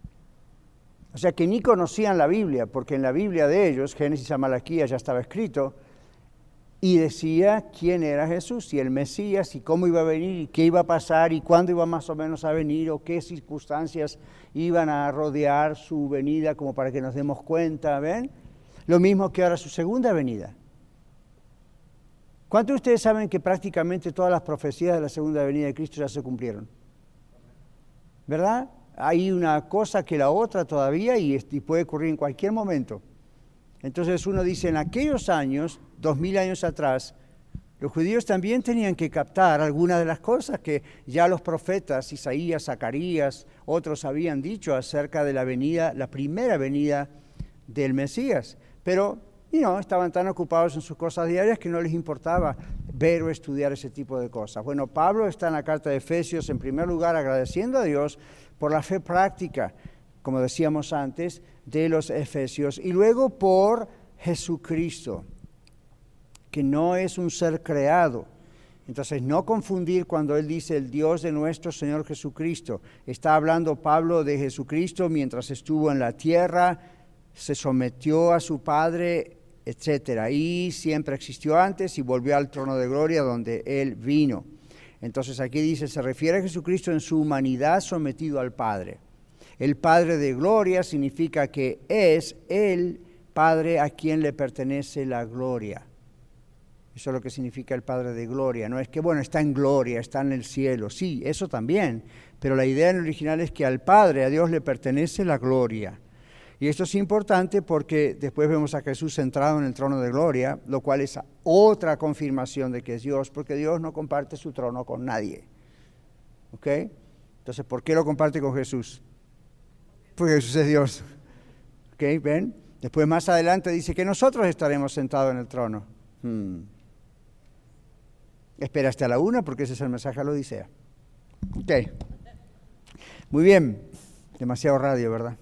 O sea que ni conocían la Biblia, porque en la Biblia de ellos, Génesis a Malaquías ya estaba escrito, y decía quién era Jesús, y el Mesías, y cómo iba a venir, y qué iba a pasar, y cuándo iba más o menos a venir, o qué circunstancias iban a rodear su venida, como para que nos demos cuenta, ¿ven? Lo mismo que ahora su segunda venida. ¿Cuántos de ustedes saben que prácticamente todas las profecías de la segunda venida de Cristo ya se cumplieron? ¿Verdad? Hay una cosa que la otra todavía, y, y puede ocurrir en cualquier momento. Entonces uno dice, en aquellos años, dos mil años atrás, los judíos también tenían que captar algunas de las cosas que ya los profetas, Isaías, Zacarías, otros habían dicho acerca de la venida, la primera venida del Mesías. Pero, you know, estaban tan ocupados en sus cosas diarias que no les importaba ver o estudiar ese tipo de cosas. Bueno, Pablo está en la carta de Efesios, en primer lugar, agradeciendo a Dios por la fe práctica, como decíamos antes, de los Efesios, y luego por Jesucristo, que no es un ser creado. Entonces, no confundir cuando él dice el Dios de nuestro Señor Jesucristo. Está hablando Pablo de Jesucristo mientras estuvo en la tierra, se sometió a su Padre, etcétera, y siempre existió antes y volvió al trono de gloria donde Él vino. Entonces aquí dice, se refiere a Jesucristo en su humanidad sometido al Padre. El Padre de gloria significa que es el Padre a quien le pertenece la gloria. Eso es lo que significa el Padre de gloria. No es que, bueno, está en gloria, está en el cielo. Sí, eso también. Pero la idea en el original es que al Padre, a Dios le pertenece la gloria. Y esto es importante porque después vemos a Jesús sentado en el trono de gloria, lo cual es otra confirmación de que es Dios, porque Dios no comparte su trono con nadie. ¿Ok? Entonces, ¿por qué lo comparte con Jesús? Porque Jesús es Dios. ¿Ok? ¿Ven? Después más adelante dice que nosotros estaremos sentados en el trono. Hmm. Espera hasta la una porque ese es el mensaje a la Odisea. Ok. Muy bien. Demasiado radio, ¿verdad?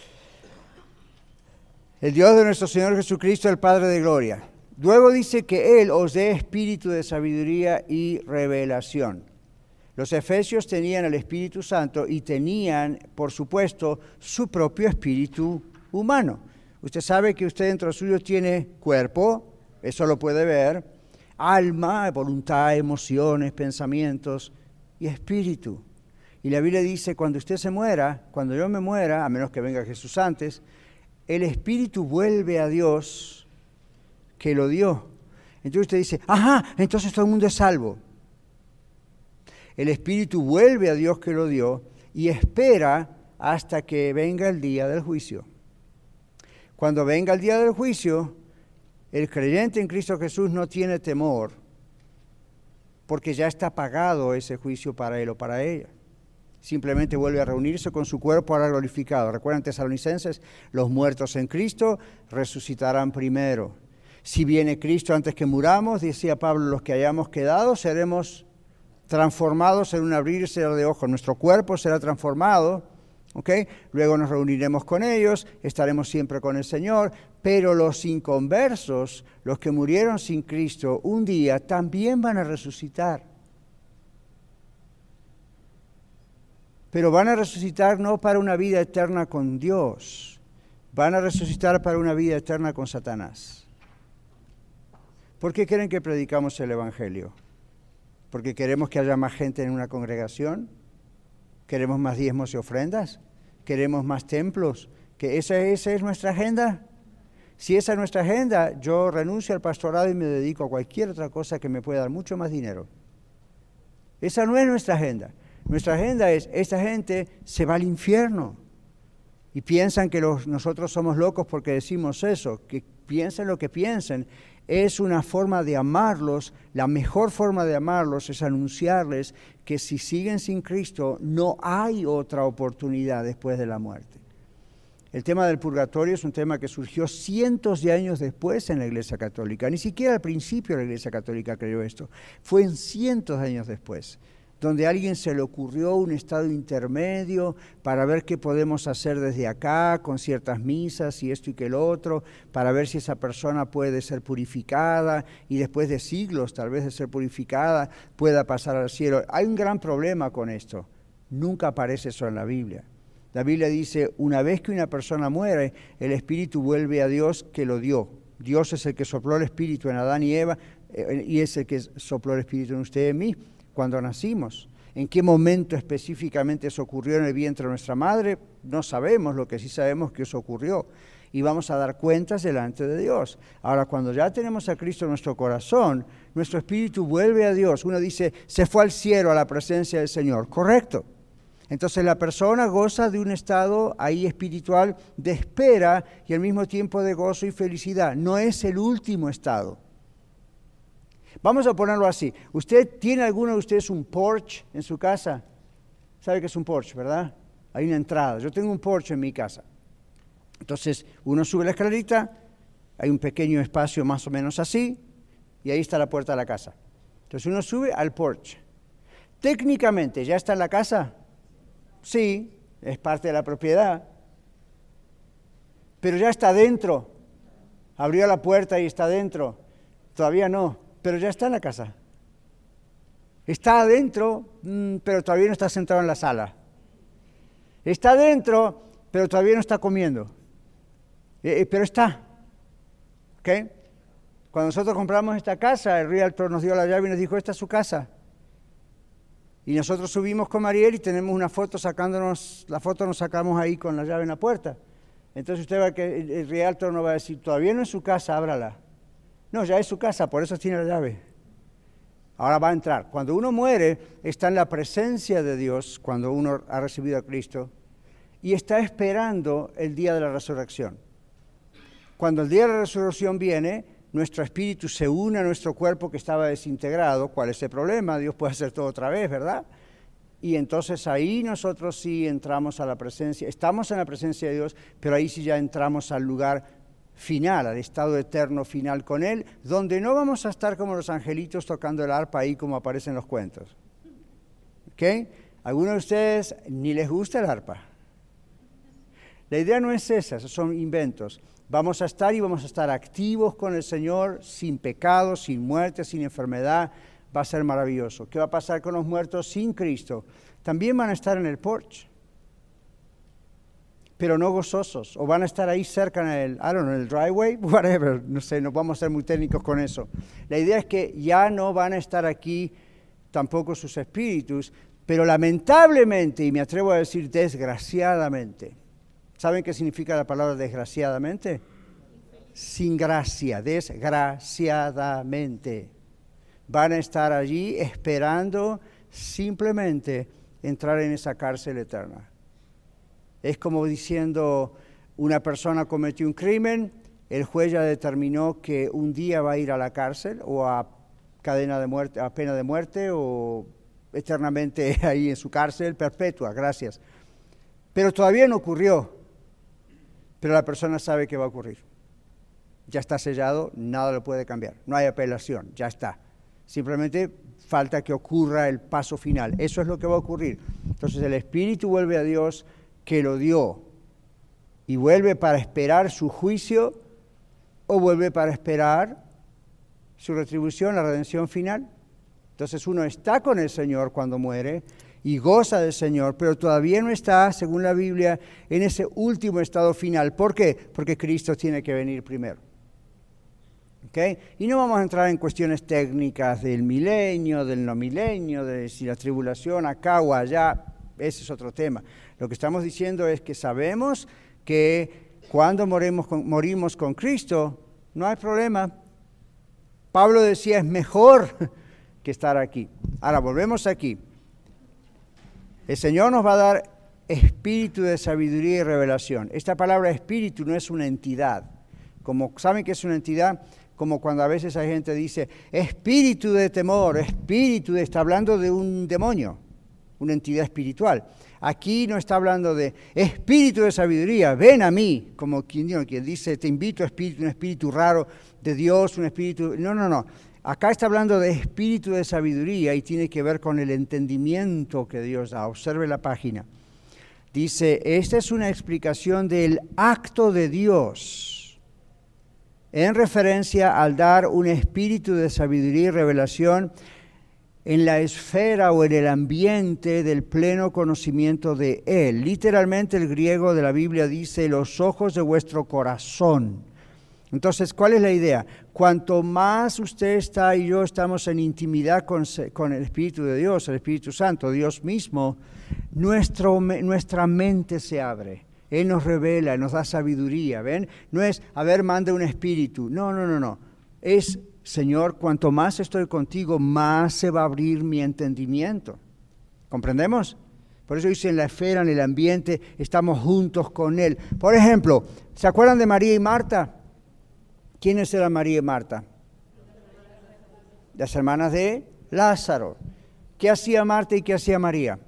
El Dios de nuestro Señor Jesucristo, el Padre de gloria. Luego dice que Él os dé espíritu de sabiduría y revelación. Los efesios tenían el Espíritu Santo y tenían, por supuesto, su propio espíritu humano. Usted sabe que usted dentro suyo tiene cuerpo, eso lo puede ver, alma, voluntad, emociones, pensamientos y espíritu. Y la Biblia dice, cuando usted se muera, cuando yo me muera, a menos que venga Jesús antes, el espíritu vuelve a Dios que lo dio. Entonces usted dice, ajá, entonces todo el mundo es salvo. El espíritu vuelve a Dios que lo dio y espera hasta que venga el día del juicio. Cuando venga el día del juicio, el creyente en Cristo Jesús no tiene temor, porque ya está pagado ese juicio para él o para ella. Simplemente vuelve a reunirse con su cuerpo ahora glorificado. Recuerdan, Tesalonicenses, los muertos en Cristo resucitarán primero. Si viene Cristo antes que muramos, decía Pablo, los que hayamos quedado seremos transformados en un abrir y cerrar de ojos. Nuestro cuerpo será transformado, ¿ok? Luego nos reuniremos con ellos, estaremos siempre con el Señor, pero los inconversos, los que murieron sin Cristo, un día también van a resucitar. Pero van a resucitar no para una vida eterna con Dios, van a resucitar para una vida eterna con Satanás. ¿Por qué creen que predicamos el Evangelio? ¿Porque queremos que haya más gente en una congregación? ¿Queremos más diezmos y ofrendas? ¿Queremos más templos? ¿Que esa, esa es nuestra agenda? Si esa es nuestra agenda, yo renuncio al pastorado y me dedico a cualquier otra cosa que me pueda dar mucho más dinero. Esa no es nuestra agenda. Nuestra agenda es, esta gente se va al infierno. Y piensan que los, nosotros somos locos porque decimos eso, que piensen lo que piensen. Es una forma de amarlos, la mejor forma de amarlos es anunciarles que si siguen sin Cristo no hay otra oportunidad después de la muerte. El tema del purgatorio es un tema que surgió cientos de años después en la Iglesia Católica. Ni siquiera al principio la Iglesia Católica creyó esto, fue en cientos de años después, donde a alguien se le ocurrió un estado intermedio para ver qué podemos hacer desde acá con ciertas misas y esto y que lo otro, para ver si esa persona puede ser purificada y después de siglos tal vez de ser purificada pueda pasar al cielo. Hay un gran problema con esto, nunca aparece eso en la Biblia. La Biblia dice, una vez que una persona muere, el espíritu vuelve a Dios que lo dio. Dios es el que sopló el espíritu en Adán y Eva eh, y es el que sopló el espíritu en usted y en mí. Cuando nacimos. ¿En qué momento específicamente eso ocurrió en el vientre de nuestra madre? No sabemos, lo que sí sabemos que eso ocurrió. Y vamos a dar cuentas delante de Dios. Ahora, cuando ya tenemos a Cristo en nuestro corazón, nuestro espíritu vuelve a Dios. Uno dice, se fue al cielo a la presencia del Señor. Correcto. Entonces la persona goza de un estado ahí espiritual de espera y al mismo tiempo de gozo y felicidad. No es el último estado. Vamos a ponerlo así. ¿Usted tiene alguno de ustedes un porche en su casa? ¿Sabe qué es un porche, verdad? Hay una entrada. Yo tengo un porche en mi casa. Entonces, uno sube la escalerita, hay un pequeño espacio más o menos así, y ahí está la puerta de la casa. Entonces, uno sube al porche. Técnicamente, ¿ya está en la casa? Sí, es parte de la propiedad. Pero ya está dentro. Abrió la puerta y está dentro. Todavía no. Pero ya está en la casa. Está adentro, pero todavía no está sentado en la sala. Está adentro, pero todavía no está comiendo. Eh, pero está. ¿Ok? Cuando nosotros compramos esta casa, el realtor nos dio la llave y nos dijo, esta es su casa. Y nosotros subimos con Mariel y tenemos una foto sacándonos, la foto nos sacamos ahí con la llave en la puerta. Entonces usted va que el, el realtor no va a decir, todavía no es su casa, ábrala. No, ya es su casa, por eso tiene la llave. Ahora va a entrar. Cuando uno muere, está en la presencia de Dios, cuando uno ha recibido a Cristo, y está esperando el día de la resurrección. Cuando el día de la resurrección viene, nuestro espíritu se une a nuestro cuerpo que estaba desintegrado. ¿Cuál es el problema? Dios puede hacer todo otra vez, ¿verdad? Y entonces ahí nosotros sí entramos a la presencia, estamos en la presencia de Dios, pero ahí sí ya entramos al lugar final, al estado eterno final con Él, donde no vamos a estar como los angelitos tocando el arpa ahí como aparecen en los cuentos. ¿Ok? Algunos de ustedes ni les gusta el arpa. La idea no es esa, esos son inventos. Vamos a estar y vamos a estar activos con el Señor, sin pecado, sin muerte, sin enfermedad. Va a ser maravilloso. ¿Qué va a pasar con los muertos sin Cristo? También van a estar en el porche, pero no gozosos. O van a estar ahí cerca en el, I don't know, en el driveway, whatever. No sé, no vamos a ser muy técnicos con eso. La idea es que ya no van a estar aquí tampoco sus espíritus, pero lamentablemente, y me atrevo a decir desgraciadamente, ¿saben qué significa la palabra desgraciadamente? Sin gracia, desgraciadamente. Van a estar allí esperando simplemente entrar en esa cárcel eterna. Es como diciendo, una persona cometió un crimen, el juez ya determinó que un día va a ir a la cárcel o a cadena de muerte, a pena de muerte o eternamente ahí en su cárcel perpetua, gracias. Pero todavía no ocurrió. Pero la persona sabe que va a ocurrir. Ya está sellado, nada lo puede cambiar. No hay apelación, ya está. Simplemente falta que ocurra el paso final. Eso es lo que va a ocurrir. Entonces el Espíritu vuelve a Dios que lo dio y vuelve para esperar su juicio o vuelve para esperar su retribución, la redención final. Entonces uno está con el Señor cuando muere y goza del Señor, pero todavía no está, según la Biblia, en ese último estado final. ¿Por qué? Porque Cristo tiene que venir primero. ¿Okay? Y no vamos a entrar en cuestiones técnicas del milenio, del no milenio, de si la tribulación acá o allá, ese es otro tema. Lo que estamos diciendo es que sabemos que cuando morimos con, morimos con Cristo, no hay problema. Pablo decía, es mejor que estar aquí. Ahora, volvemos aquí. El Señor nos va a dar espíritu de sabiduría y revelación. Esta palabra espíritu no es una entidad. Como saben que es una entidad, como cuando a veces hay gente que dice, espíritu de temor, espíritu de... Está hablando de un demonio, una entidad espiritual. Aquí no está hablando de espíritu de sabiduría, ven a mí, como quien, quien dice, te invito a espíritu, un espíritu raro de Dios, un espíritu... No, no, no. Acá está hablando de espíritu de sabiduría y tiene que ver con el entendimiento que Dios da. Observe la página. Dice, esta es una explicación del acto de Dios en referencia al dar un espíritu de sabiduría y revelación en la esfera o en el ambiente del pleno conocimiento de Él. Literalmente el griego de la Biblia dice, los ojos de vuestro corazón. Entonces, ¿cuál es la idea? Cuanto más usted está y yo estamos en intimidad con, con el Espíritu de Dios, el Espíritu Santo, Dios mismo, nuestro, nuestra mente se abre. Él nos revela, nos da sabiduría, ¿ven? No es, a ver, manda un espíritu. No, no, no, no. Es, Señor, cuanto más estoy contigo, más se va a abrir mi entendimiento. ¿Comprendemos? Por eso dice, en la esfera, en el ambiente, estamos juntos con Él. Por ejemplo, ¿se acuerdan de María y Marta? ¿Quiénes eran María y Marta? Las hermanas de Lázaro. ¿Qué hacía Marta y qué hacía María?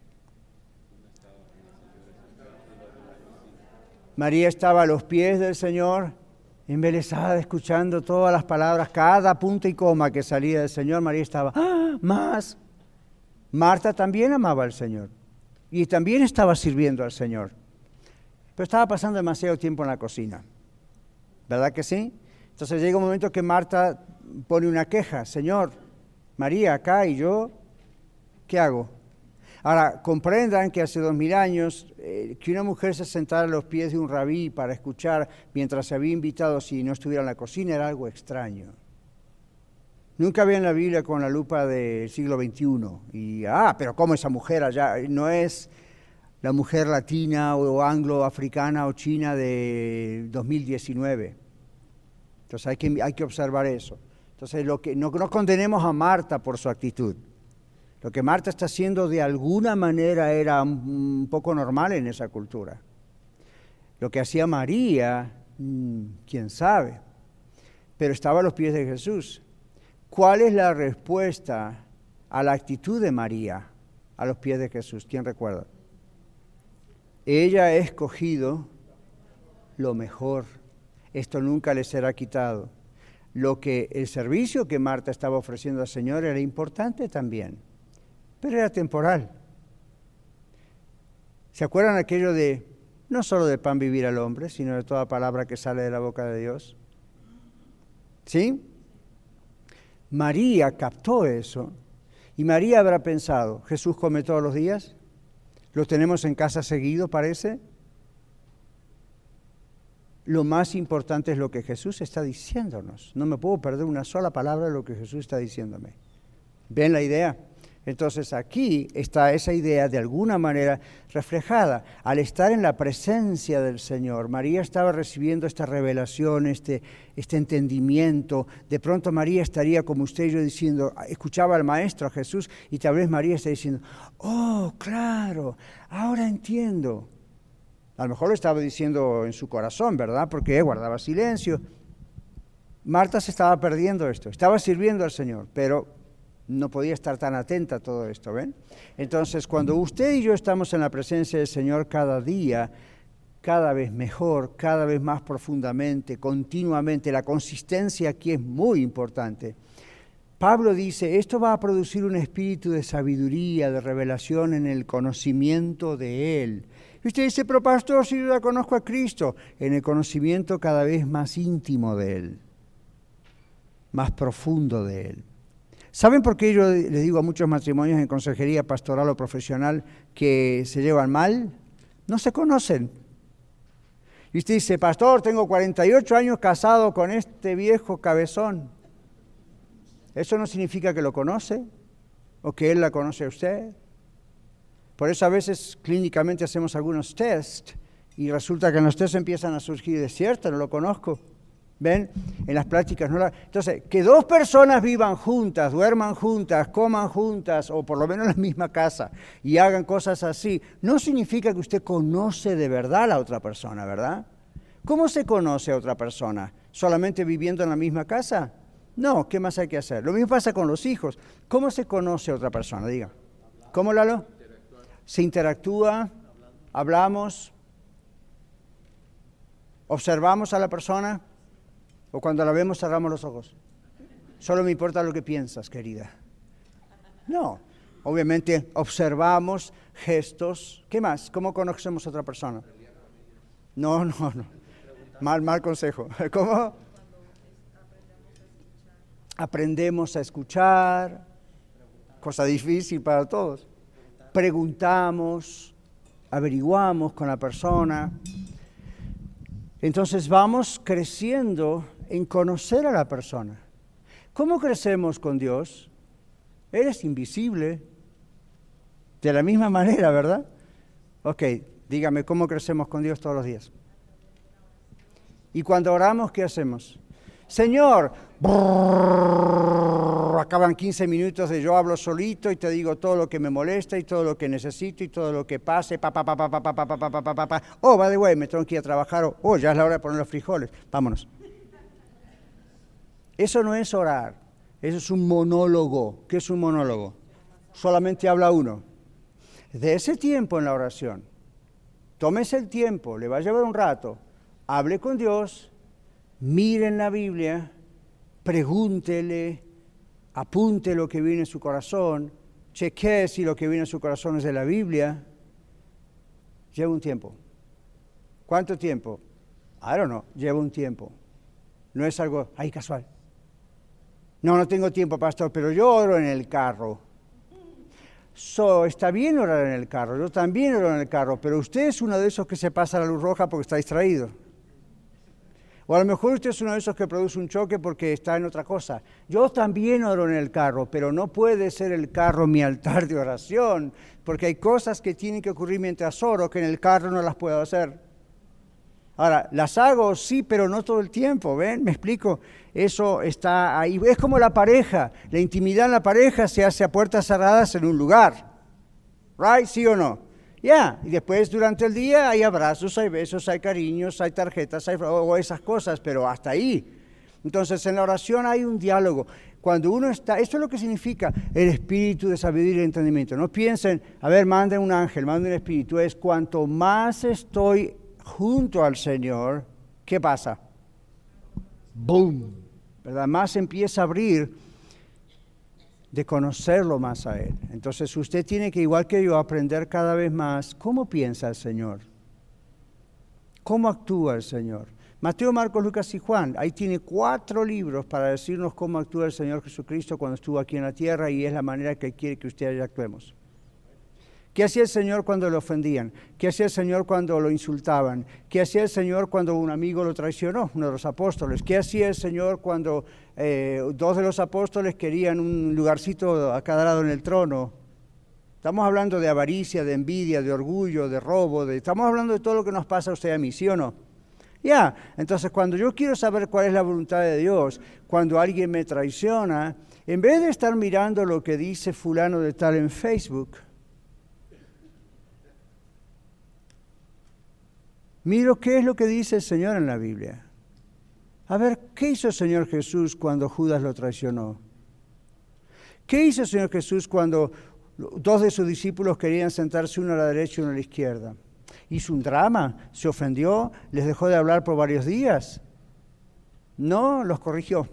María estaba a los pies del Señor, embelesada, escuchando todas las palabras, cada punto y coma que salía del Señor. María estaba, ¡ah, más! Marta también amaba al Señor y también estaba sirviendo al Señor, pero estaba pasando demasiado tiempo en la cocina. ¿Verdad que sí? Entonces llega un momento que Marta pone una queja. Señor, María acá y yo, ¿qué hago? Ahora, comprendan que hace dos mil años, eh, que una mujer se sentara a los pies de un rabí para escuchar mientras se había invitado si no estuviera en la cocina era algo extraño. Nunca vean la Biblia con la lupa del siglo veintiuno. Y, ah, pero ¿cómo esa mujer allá? No es la mujer latina o anglo-africana o china de dos mil diecinueve. Entonces hay que, hay que observar eso. Entonces lo que, no, no condenemos a Marta por su actitud. Lo que Marta está haciendo de alguna manera era un, un poco normal en esa cultura. Lo que hacía María, mmm, quién sabe, pero estaba a los pies de Jesús. ¿Cuál es la respuesta a la actitud de María a los pies de Jesús? ¿Quién recuerda? Ella ha escogido lo mejor. Esto nunca le será quitado. Lo que el servicio que Marta estaba ofreciendo al Señor era importante también, pero era temporal. ¿Se acuerdan aquello de no solo de pan vivir al hombre, sino de toda palabra que sale de la boca de Dios? ¿Sí? María captó eso y María habrá pensado, ¿Jesús come todos los días? ¿Lo tenemos en casa seguido, parece? Lo más importante es lo que Jesús está diciéndonos. No me puedo perder una sola palabra de lo que Jesús está diciéndome. ¿Ven la idea? Entonces aquí está esa idea de alguna manera reflejada. Al estar en la presencia del Señor, María estaba recibiendo esta revelación, este, este entendimiento. De pronto María estaría como usted y yo diciendo, escuchaba al Maestro, a Jesús, y tal vez María está diciendo, oh, claro, ahora entiendo. A lo mejor lo estaba diciendo en su corazón, ¿verdad? Porque guardaba silencio. Marta se estaba perdiendo esto, estaba sirviendo al Señor, pero no podía estar tan atenta a todo esto, ¿ven? Entonces, cuando usted y yo estamos en la presencia del Señor cada día, cada vez mejor, cada vez más profundamente, continuamente, la consistencia aquí es muy importante. Pablo dice, esto va a producir un espíritu de sabiduría, de revelación en el conocimiento de Él. Y usted dice, pero pastor, si yo ya conozco a Cristo, en el conocimiento cada vez más íntimo de Él, más profundo de Él. ¿Saben por qué yo les digo a muchos matrimonios en consejería pastoral o profesional que se llevan mal? No se conocen. Y usted dice, pastor, tengo cuarenta y ocho años casado con este viejo cabezón. ¿Eso no significa que lo conoce o que él la conoce a usted? Por eso a veces clínicamente hacemos algunos tests y resulta que en los tests empiezan a surgir, de cierto, no lo conozco. ¿Ven? En las prácticas no la... Entonces, que dos personas vivan juntas, duerman juntas, coman juntas, o por lo menos en la misma casa, y hagan cosas así, no significa que usted conoce de verdad a la otra persona, ¿verdad? ¿Cómo se conoce a otra persona? ¿Solamente viviendo en la misma casa? No, ¿qué más hay que hacer? Lo mismo pasa con los hijos. ¿Cómo se conoce a otra persona? Diga. ¿Cómo, Lalo? Se interactúa, hablamos, observamos a la persona. ¿O cuando la vemos cerramos los ojos? Solo me importa lo que piensas, querida. No, obviamente observamos gestos. ¿Qué más? ¿Cómo conocemos a otra persona? No, no, no. Mal, mal consejo. ¿Cómo? Aprendemos a escuchar. Cosa difícil para todos. Preguntamos, averiguamos con la persona. Entonces vamos creciendo en conocer a la persona. ¿Cómo crecemos con Dios? Él es invisible. De la misma manera, ¿verdad? Ok, dígame, ¿cómo crecemos con Dios todos los días? Y cuando oramos, ¿qué hacemos? Señor, brrr, acaban quince minutos de yo hablo solito y te digo todo lo que me molesta y todo lo que necesito y todo lo que pase, pa, pa, pa, pa, pa, pa, pa, pa, pa, pa, pa, pa. Oh, by the way, me tengo que ir a trabajar, o oh, ya es la hora de poner los frijoles, vámonos. Eso no es orar, eso es un monólogo. ¿Qué es un monólogo? Solamente habla uno. De ese tiempo en la oración, tómese el tiempo, le va a llevar un rato, hable con Dios, mire en la Biblia, pregúntele, apunte lo que viene en su corazón, chequee si lo que viene en su corazón es de la Biblia. Lleva un tiempo. ¿Cuánto tiempo? I don't know, lleva un tiempo. No es algo, ay, casual. No, no tengo tiempo, pastor, pero yo oro en el carro. So, está bien orar en el carro, yo también oro en el carro, pero usted es uno de esos que se pasa la luz roja porque está distraído. O a lo mejor usted es uno de esos que produce un choque porque está en otra cosa. Yo también oro en el carro, pero no puede ser el carro mi altar de oración, porque hay cosas que tienen que ocurrir mientras oro que en el carro no las puedo hacer. Ahora, las hago sí, pero no todo el tiempo, ¿ven? ¿Me explico? Eso está ahí. Es como la pareja. La intimidad en la pareja se hace a puertas cerradas en un lugar. ¿Right? ¿Sí o no? Ya, yeah. Y después durante el día hay abrazos, hay besos, hay cariños, hay tarjetas, hay o esas cosas, pero hasta ahí. Entonces en la oración hay un diálogo. Cuando uno está, esto es lo que significa el espíritu de sabiduría y entendimiento. No piensen, a ver, manden un ángel, manden un espíritu. Es cuanto más estoy junto al Señor, ¿qué pasa? ¡Boom! ¿Verdad? Más empieza a abrir de conocerlo más a Él. Entonces usted tiene que, igual que yo, aprender cada vez más cómo piensa el Señor, cómo actúa el Señor. Mateo, Marcos, Lucas y Juan, ahí tiene cuatro libros para decirnos cómo actúa el Señor Jesucristo cuando estuvo aquí en la tierra y es la manera que quiere que usted y yo actuemos. ¿Qué hacía el Señor cuando lo ofendían? ¿Qué hacía el Señor cuando lo insultaban? ¿Qué hacía el Señor cuando un amigo lo traicionó, uno de los apóstoles? ¿Qué hacía el Señor cuando eh, dos de los apóstoles querían un lugarcito a cada lado en el trono? Estamos hablando de avaricia, de envidia, de orgullo, de robo, de, estamos hablando de todo lo que nos pasa a usted y a mí, ¿sí o no? Ya, yeah. Entonces cuando yo quiero saber cuál es la voluntad de Dios, cuando alguien me traiciona, en vez de estar mirando lo que dice fulano de tal en Facebook, miro qué es lo que dice el Señor en la Biblia. A ver, ¿qué hizo el Señor Jesús cuando Judas lo traicionó? ¿Qué hizo el Señor Jesús cuando dos de sus discípulos querían sentarse uno a la derecha y uno a la izquierda? Hizo un drama, se ofendió, les dejó de hablar por varios días. No, los corrigió.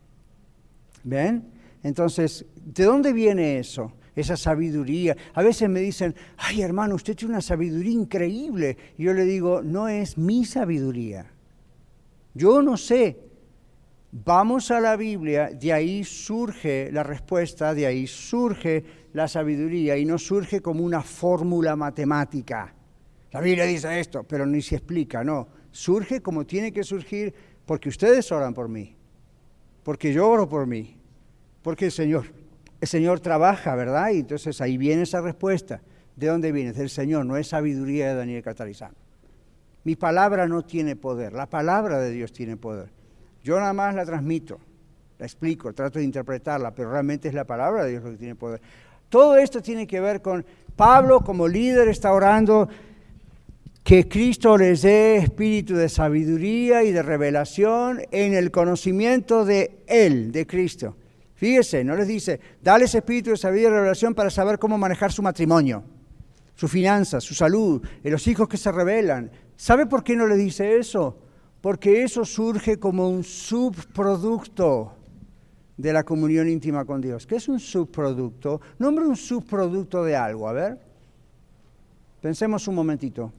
¿Ven? Entonces, ¿de dónde viene eso? Esa sabiduría. A veces me dicen, ay hermano, usted tiene una sabiduría increíble. Y yo le digo, no es mi sabiduría. Yo no sé. Vamos a la Biblia, de ahí surge la respuesta, de ahí surge la sabiduría y no surge como una fórmula matemática. La Biblia dice esto, pero ni se explica, no. Surge como tiene que surgir porque ustedes oran por mí, porque yo oro por mí, porque el Señor... El Señor trabaja, ¿verdad? Y entonces ahí viene esa respuesta. ¿De dónde viene? Del Señor, no es sabiduría de Daniel Catarizano. Mi palabra no tiene poder, la palabra de Dios tiene poder. Yo nada más la transmito, la explico, trato de interpretarla, pero realmente es la palabra de Dios lo que tiene poder. Todo esto tiene que ver con Pablo como líder está orando que Cristo les dé espíritu de sabiduría y de revelación en el conocimiento de Él, de Cristo. Fíjese, no les dice, dale ese espíritu de sabiduría y revelación para saber cómo manejar su matrimonio, sus finanzas, su salud, y los hijos que se rebelan. ¿Sabe por qué no le dice eso? Porque eso surge como un subproducto de la comunión íntima con Dios. ¿Qué es un subproducto? Nombre un subproducto de algo, a ver. Pensemos un momentito.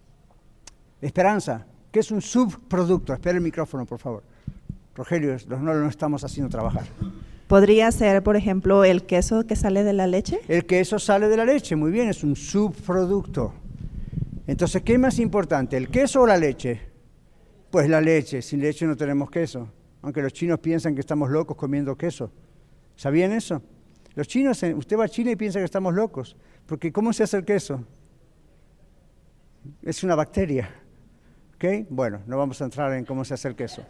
Esperanza, ¿qué es un subproducto? Espera el micrófono, por favor. Rogelio, no lo estamos haciendo trabajar. ¿Podría ser, por ejemplo, el queso que sale de la leche? El queso sale de la leche, muy bien, es un subproducto. Entonces, ¿qué es más importante, el queso o la leche? Pues la leche, sin leche no tenemos queso. Aunque los chinos piensan que estamos locos comiendo queso. ¿Sabían eso? Los chinos, usted va a China y piensa que estamos locos. Porque ¿cómo se hace el queso? Es una bacteria. ¿Ok? Bueno, no vamos a entrar en cómo se hace el queso.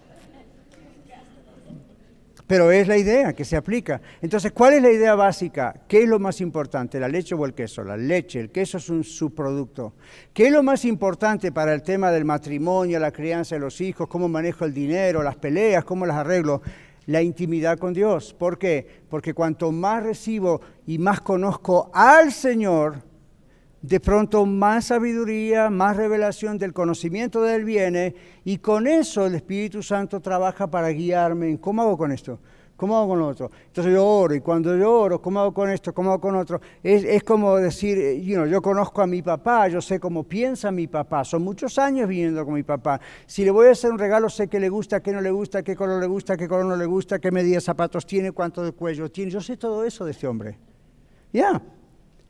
Pero es la idea que se aplica. Entonces, ¿cuál es la idea básica? ¿Qué es lo más importante, la leche o el queso? La leche, el queso es un subproducto. ¿Qué es lo más importante para el tema del matrimonio, la crianza de los hijos, cómo manejo el dinero, las peleas, cómo las arreglo? La intimidad con Dios. ¿Por qué? Porque cuanto más recibo y más conozco al Señor, de pronto más sabiduría, más revelación del conocimiento de Él viene, y con eso el Espíritu Santo trabaja para guiarme en cómo hago con esto, cómo hago con lo otro. Entonces yo oro, y cuando yo oro, cómo hago con esto, cómo hago con otro. Es, es como decir, you know, yo conozco a mi papá, yo sé cómo piensa mi papá, son muchos años viviendo con mi papá. Si le voy a hacer un regalo, sé qué le gusta, qué no le gusta, qué color le gusta, qué color no le gusta, qué medida de zapatos tiene, cuánto de cuello tiene. Yo sé todo eso de este hombre. Ya. Yeah.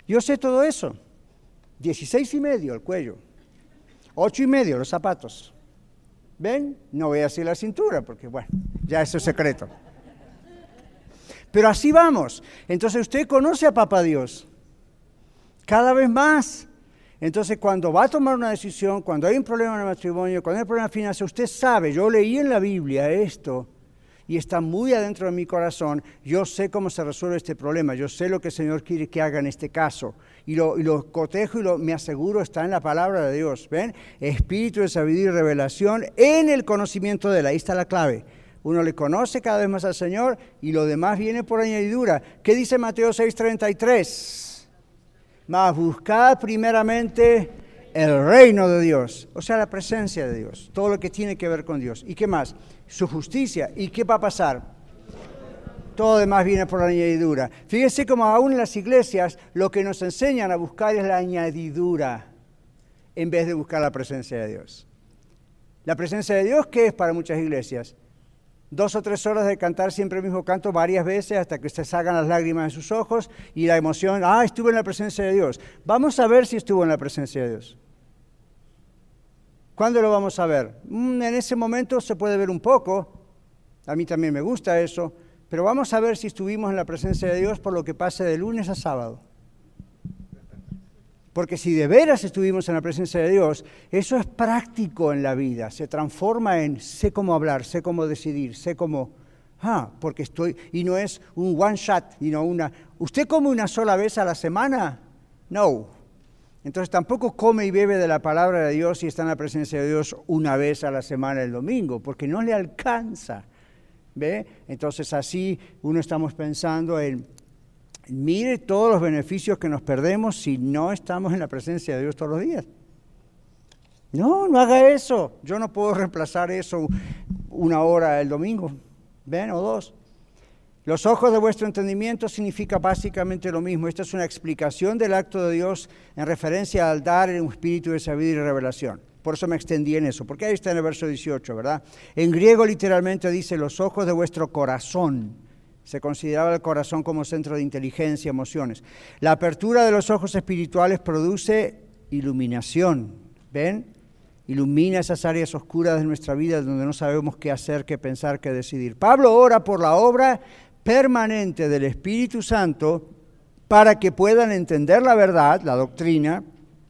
Yo sé todo eso. dieciséis y medio el cuello. ocho y medio los zapatos. ¿Ven? No voy a decir la cintura porque, bueno, ya eso es secreto. Pero así vamos. Entonces usted conoce a Papá Dios. Cada vez más. Entonces cuando va a tomar una decisión, cuando hay un problema en el matrimonio, cuando hay un problema financiero, usted sabe, yo leí en la Biblia esto y está muy adentro de mi corazón, yo sé cómo se resuelve este problema, yo sé lo que el Señor quiere que haga en este caso. Y lo, y lo cotejo y lo, me aseguro está en la palabra de Dios. ¿Ven? Espíritu de sabiduría y revelación en el conocimiento de Él. Ahí está la clave. Uno le conoce cada vez más al Señor y lo demás viene por añadidura. ¿Qué dice Mateo seis treinta y tres? Mas buscad primeramente el reino de Dios, o sea, la presencia de Dios, todo lo que tiene que ver con Dios. ¿Y qué más? Su justicia. ¿Y qué va a pasar? Todo demás viene por añadidura. Fíjense cómo aún en las iglesias lo que nos enseñan a buscar es la añadidura en vez de buscar la presencia de Dios. La presencia de Dios, ¿qué es para muchas iglesias? Dos o tres horas de cantar siempre el mismo canto varias veces hasta que se salgan las lágrimas de sus ojos y la emoción, ah, estuve en la presencia de Dios. Vamos a ver si estuvo en la presencia de Dios. ¿Cuándo lo vamos a ver? Mm, en ese momento se puede ver un poco, a mí también me gusta eso, pero vamos a ver si estuvimos en la presencia de Dios por lo que pase de lunes a sábado. Porque si de veras estuvimos en la presencia de Dios, eso es práctico en la vida, se transforma en sé cómo hablar, sé cómo decidir, sé cómo, ah, porque estoy, y no es un one shot, y no una, ¿usted come una sola vez a la semana? No. Entonces tampoco come y bebe de la palabra de Dios y está en la presencia de Dios una vez a la semana el domingo, porque no le alcanza, ¿ve? Entonces así uno estamos pensando en, mire todos los beneficios que nos perdemos si no estamos en la presencia de Dios todos los días. No, no haga eso. Yo no puedo reemplazar eso una hora el domingo, ¿ven? O dos. Los ojos de vuestro entendimiento significa básicamente lo mismo. Esta es una explicación del acto de Dios en referencia al dar un espíritu de sabiduría y revelación. Por eso me extendí en eso, porque ahí está en el verso dieciocho, ¿verdad? En griego literalmente dice los ojos de vuestro corazón. Se consideraba el corazón como centro de inteligencia, emociones. La apertura de los ojos espirituales produce iluminación, ¿ven? Ilumina esas áreas oscuras de nuestra vida donde no sabemos qué hacer, qué pensar, qué decidir. Pablo ora por la obra permanente del Espíritu Santo para que puedan entender la verdad, la doctrina,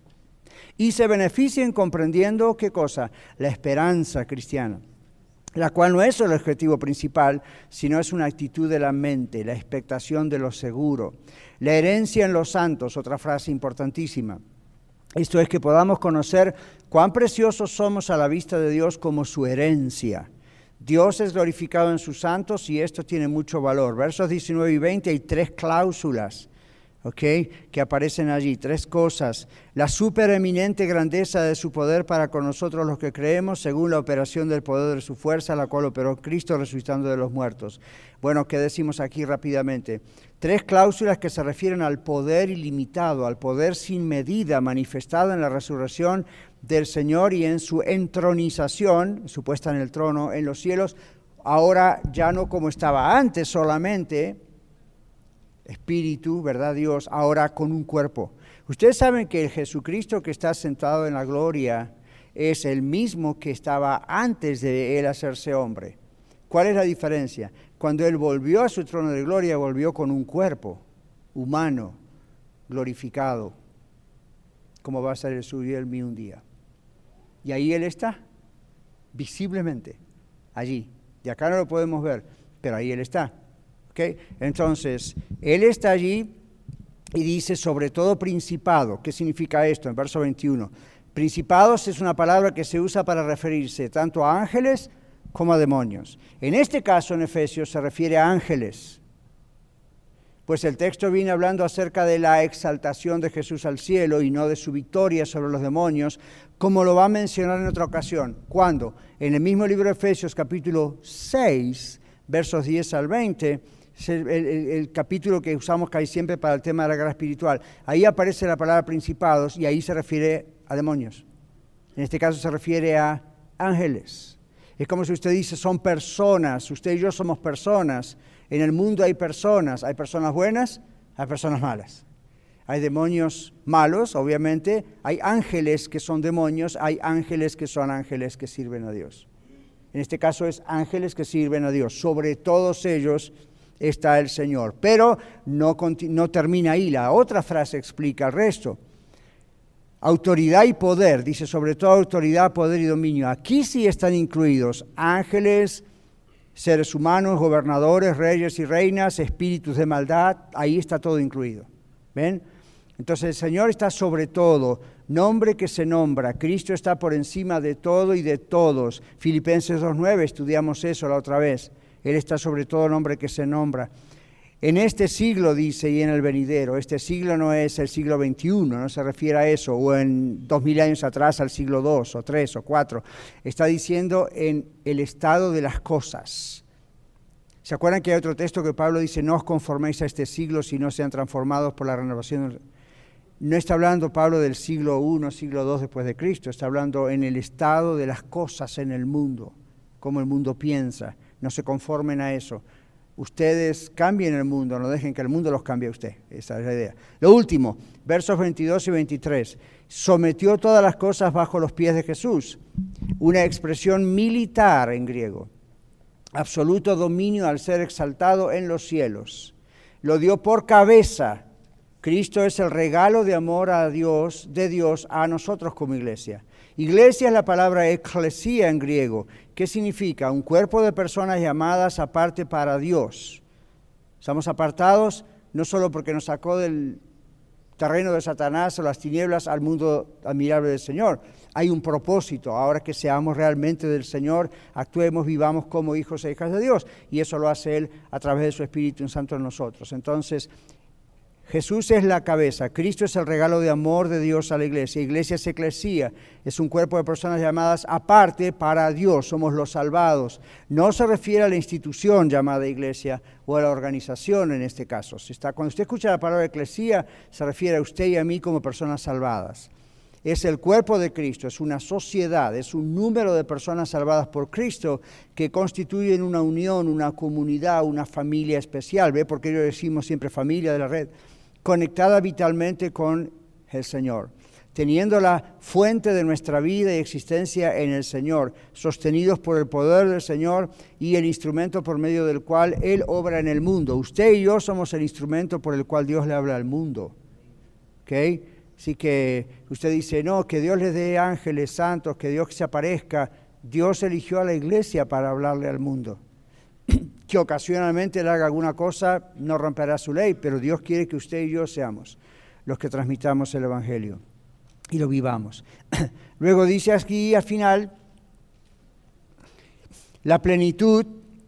y se beneficien comprendiendo, ¿qué cosa? La esperanza cristiana, la cual no es el objetivo principal, sino es una actitud de la mente, la expectación de lo seguro. La herencia en los santos, otra frase importantísima. Esto es que podamos conocer cuán preciosos somos a la vista de Dios como su herencia. Dios es glorificado en sus santos y esto tiene mucho valor. Versos diecinueve y veinte hay tres cláusulas, ¿ok?, que aparecen allí, tres cosas. La supereminente grandeza de su poder para con nosotros los que creemos, según la operación del poder de su fuerza, la cual operó Cristo resucitando de los muertos. Bueno, ¿qué decimos aquí rápidamente? Tres cláusulas que se refieren al poder ilimitado, al poder sin medida manifestado en la resurrección del Señor y en su entronización, su puesta en el trono en los cielos, ahora ya no como estaba antes solamente, Espíritu, ¿verdad? Dios, ahora con un cuerpo. Ustedes saben que el Jesucristo que está sentado en la gloria es el mismo que estaba antes de Él hacerse hombre. ¿Cuál es la diferencia? Cuando Él volvió a su trono de gloria, volvió con un cuerpo humano, glorificado, como va a ser el suyo y el mío un día. Y ahí Él está, visiblemente, allí. De acá no lo podemos ver, pero ahí Él está. ¿Okay? Entonces, Él está allí y dice sobre todo principado. ¿Qué significa esto? En verso veintiuno. Principados es una palabra que se usa para referirse tanto a ángeles como a demonios. En este caso, en Efesios, se refiere a ángeles. Pues el texto viene hablando acerca de la exaltación de Jesús al cielo y no de su victoria sobre los demonios, como lo va a mencionar en otra ocasión. ¿Cuándo? En el mismo libro de Efesios, capítulo seis, versos diez al veinte, el, el, el capítulo que usamos casi siempre para el tema de la guerra espiritual. Ahí aparece la palabra principados y ahí se refiere a demonios. En este caso se refiere a ángeles. Es como si usted dice, son personas, usted y yo somos personas. En el mundo hay personas, hay personas buenas, hay personas malas. Hay demonios malos, obviamente. Hay ángeles que son demonios. Hay ángeles que son ángeles que sirven a Dios. En este caso es ángeles que sirven a Dios. Sobre todos ellos está el Señor. Pero no, no termina ahí. La otra frase explica el resto. Autoridad y poder. Dice sobre todo autoridad, poder y dominio. Aquí sí están incluidos ángeles, seres humanos, gobernadores, reyes y reinas, espíritus de maldad. Ahí está todo incluido. ¿Ven? Entonces el Señor está sobre todo, nombre que se nombra, Cristo está por encima de todo y de todos. Filipenses dos nueve, estudiamos eso la otra vez. Él está sobre todo, nombre que se nombra. En este siglo, dice, y en el venidero, este siglo no es el siglo veintiuno, no se refiere a eso, o en dos mil años atrás al siglo dos, o tres, o cuatro. Está diciendo en el estado de las cosas. ¿Se acuerdan que hay otro texto que Pablo dice, no os conforméis a este siglo, sino sean transformados por la renovación del... No está hablando Pablo del siglo uno, siglo dos después de Cristo, está hablando en el estado de las cosas en el mundo, cómo el mundo piensa. No se conformen a eso. Ustedes cambien el mundo, no dejen que el mundo los cambie a usted. Esa es la idea. Lo último, versos veintidós y veintitrés. Sometió todas las cosas bajo los pies de Jesús. Una expresión militar en griego. Absoluto dominio al ser exaltado en los cielos. Lo dio por cabeza. Cristo es el regalo de amor a Dios, de Dios a nosotros como iglesia. Iglesia es la palabra eclesia en griego. ¿Qué significa? Un cuerpo de personas llamadas aparte para Dios. Estamos apartados no solo porque nos sacó del terreno de Satanás o las tinieblas al mundo admirable del Señor. Hay un propósito. Ahora que seamos realmente del Señor, actuemos, vivamos como hijos e hijas de Dios. Y eso lo hace Él a través de su Espíritu Santo en nosotros. Entonces, Jesús es la cabeza, Cristo es el regalo de amor de Dios a la iglesia. Iglesia es eclesía, es un cuerpo de personas llamadas aparte para Dios, somos los salvados. No se refiere a la institución llamada iglesia o a la organización en este caso. Si está, cuando usted escucha la palabra eclesía, se refiere a usted y a mí como personas salvadas. Es el cuerpo de Cristo, es una sociedad, es un número de personas salvadas por Cristo que constituyen una unión, una comunidad, una familia especial. ¿Ve por qué yo decimos siempre familia de la red? Conectada vitalmente con el Señor, teniendo la fuente de nuestra vida y existencia en el Señor, sostenidos por el poder del Señor y el instrumento por medio del cual Él obra en el mundo. Usted y yo somos el instrumento por el cual Dios le habla al mundo. ¿Ok? Así que usted dice, no, que Dios le dé ángeles santos, que Dios se aparezca. Dios eligió a la iglesia para hablarle al mundo. Que ocasionalmente Él haga alguna cosa, no romperá su ley, pero Dios quiere que usted y yo seamos los que transmitamos el Evangelio y lo vivamos. Luego dice aquí al final, la plenitud,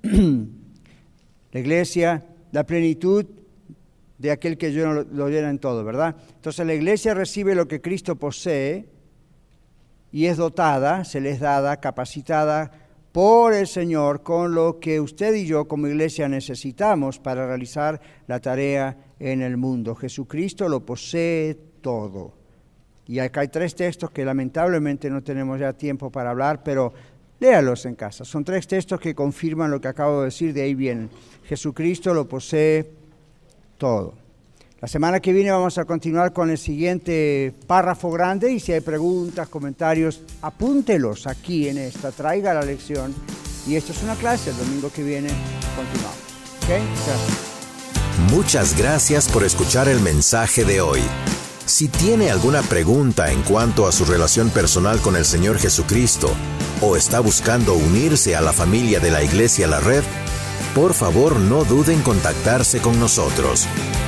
la iglesia, la plenitud de aquel que yo lo, lo llena en todo, ¿verdad? Entonces la iglesia recibe lo que Cristo posee y es dotada, se les dada, capacitada por el Señor con lo que usted y yo como iglesia necesitamos para realizar la tarea en el mundo. Jesucristo lo posee todo. Y acá hay tres textos que lamentablemente no tenemos ya tiempo para hablar, pero léalos en casa. Son tres textos que confirman lo que acabo de decir, de ahí vienen. Jesucristo lo posee todo. La semana que viene vamos a continuar con el siguiente párrafo grande y si hay preguntas, comentarios, apúntelos aquí en esta, traiga la lección. Y esto es una clase, el domingo que viene continuamos. ¿Ok? Gracias. Muchas gracias por escuchar el mensaje de hoy. Si tiene alguna pregunta en cuanto a su relación personal con el Señor Jesucristo o está buscando unirse a la familia de la Iglesia La Red, por favor no duden en contactarse con nosotros.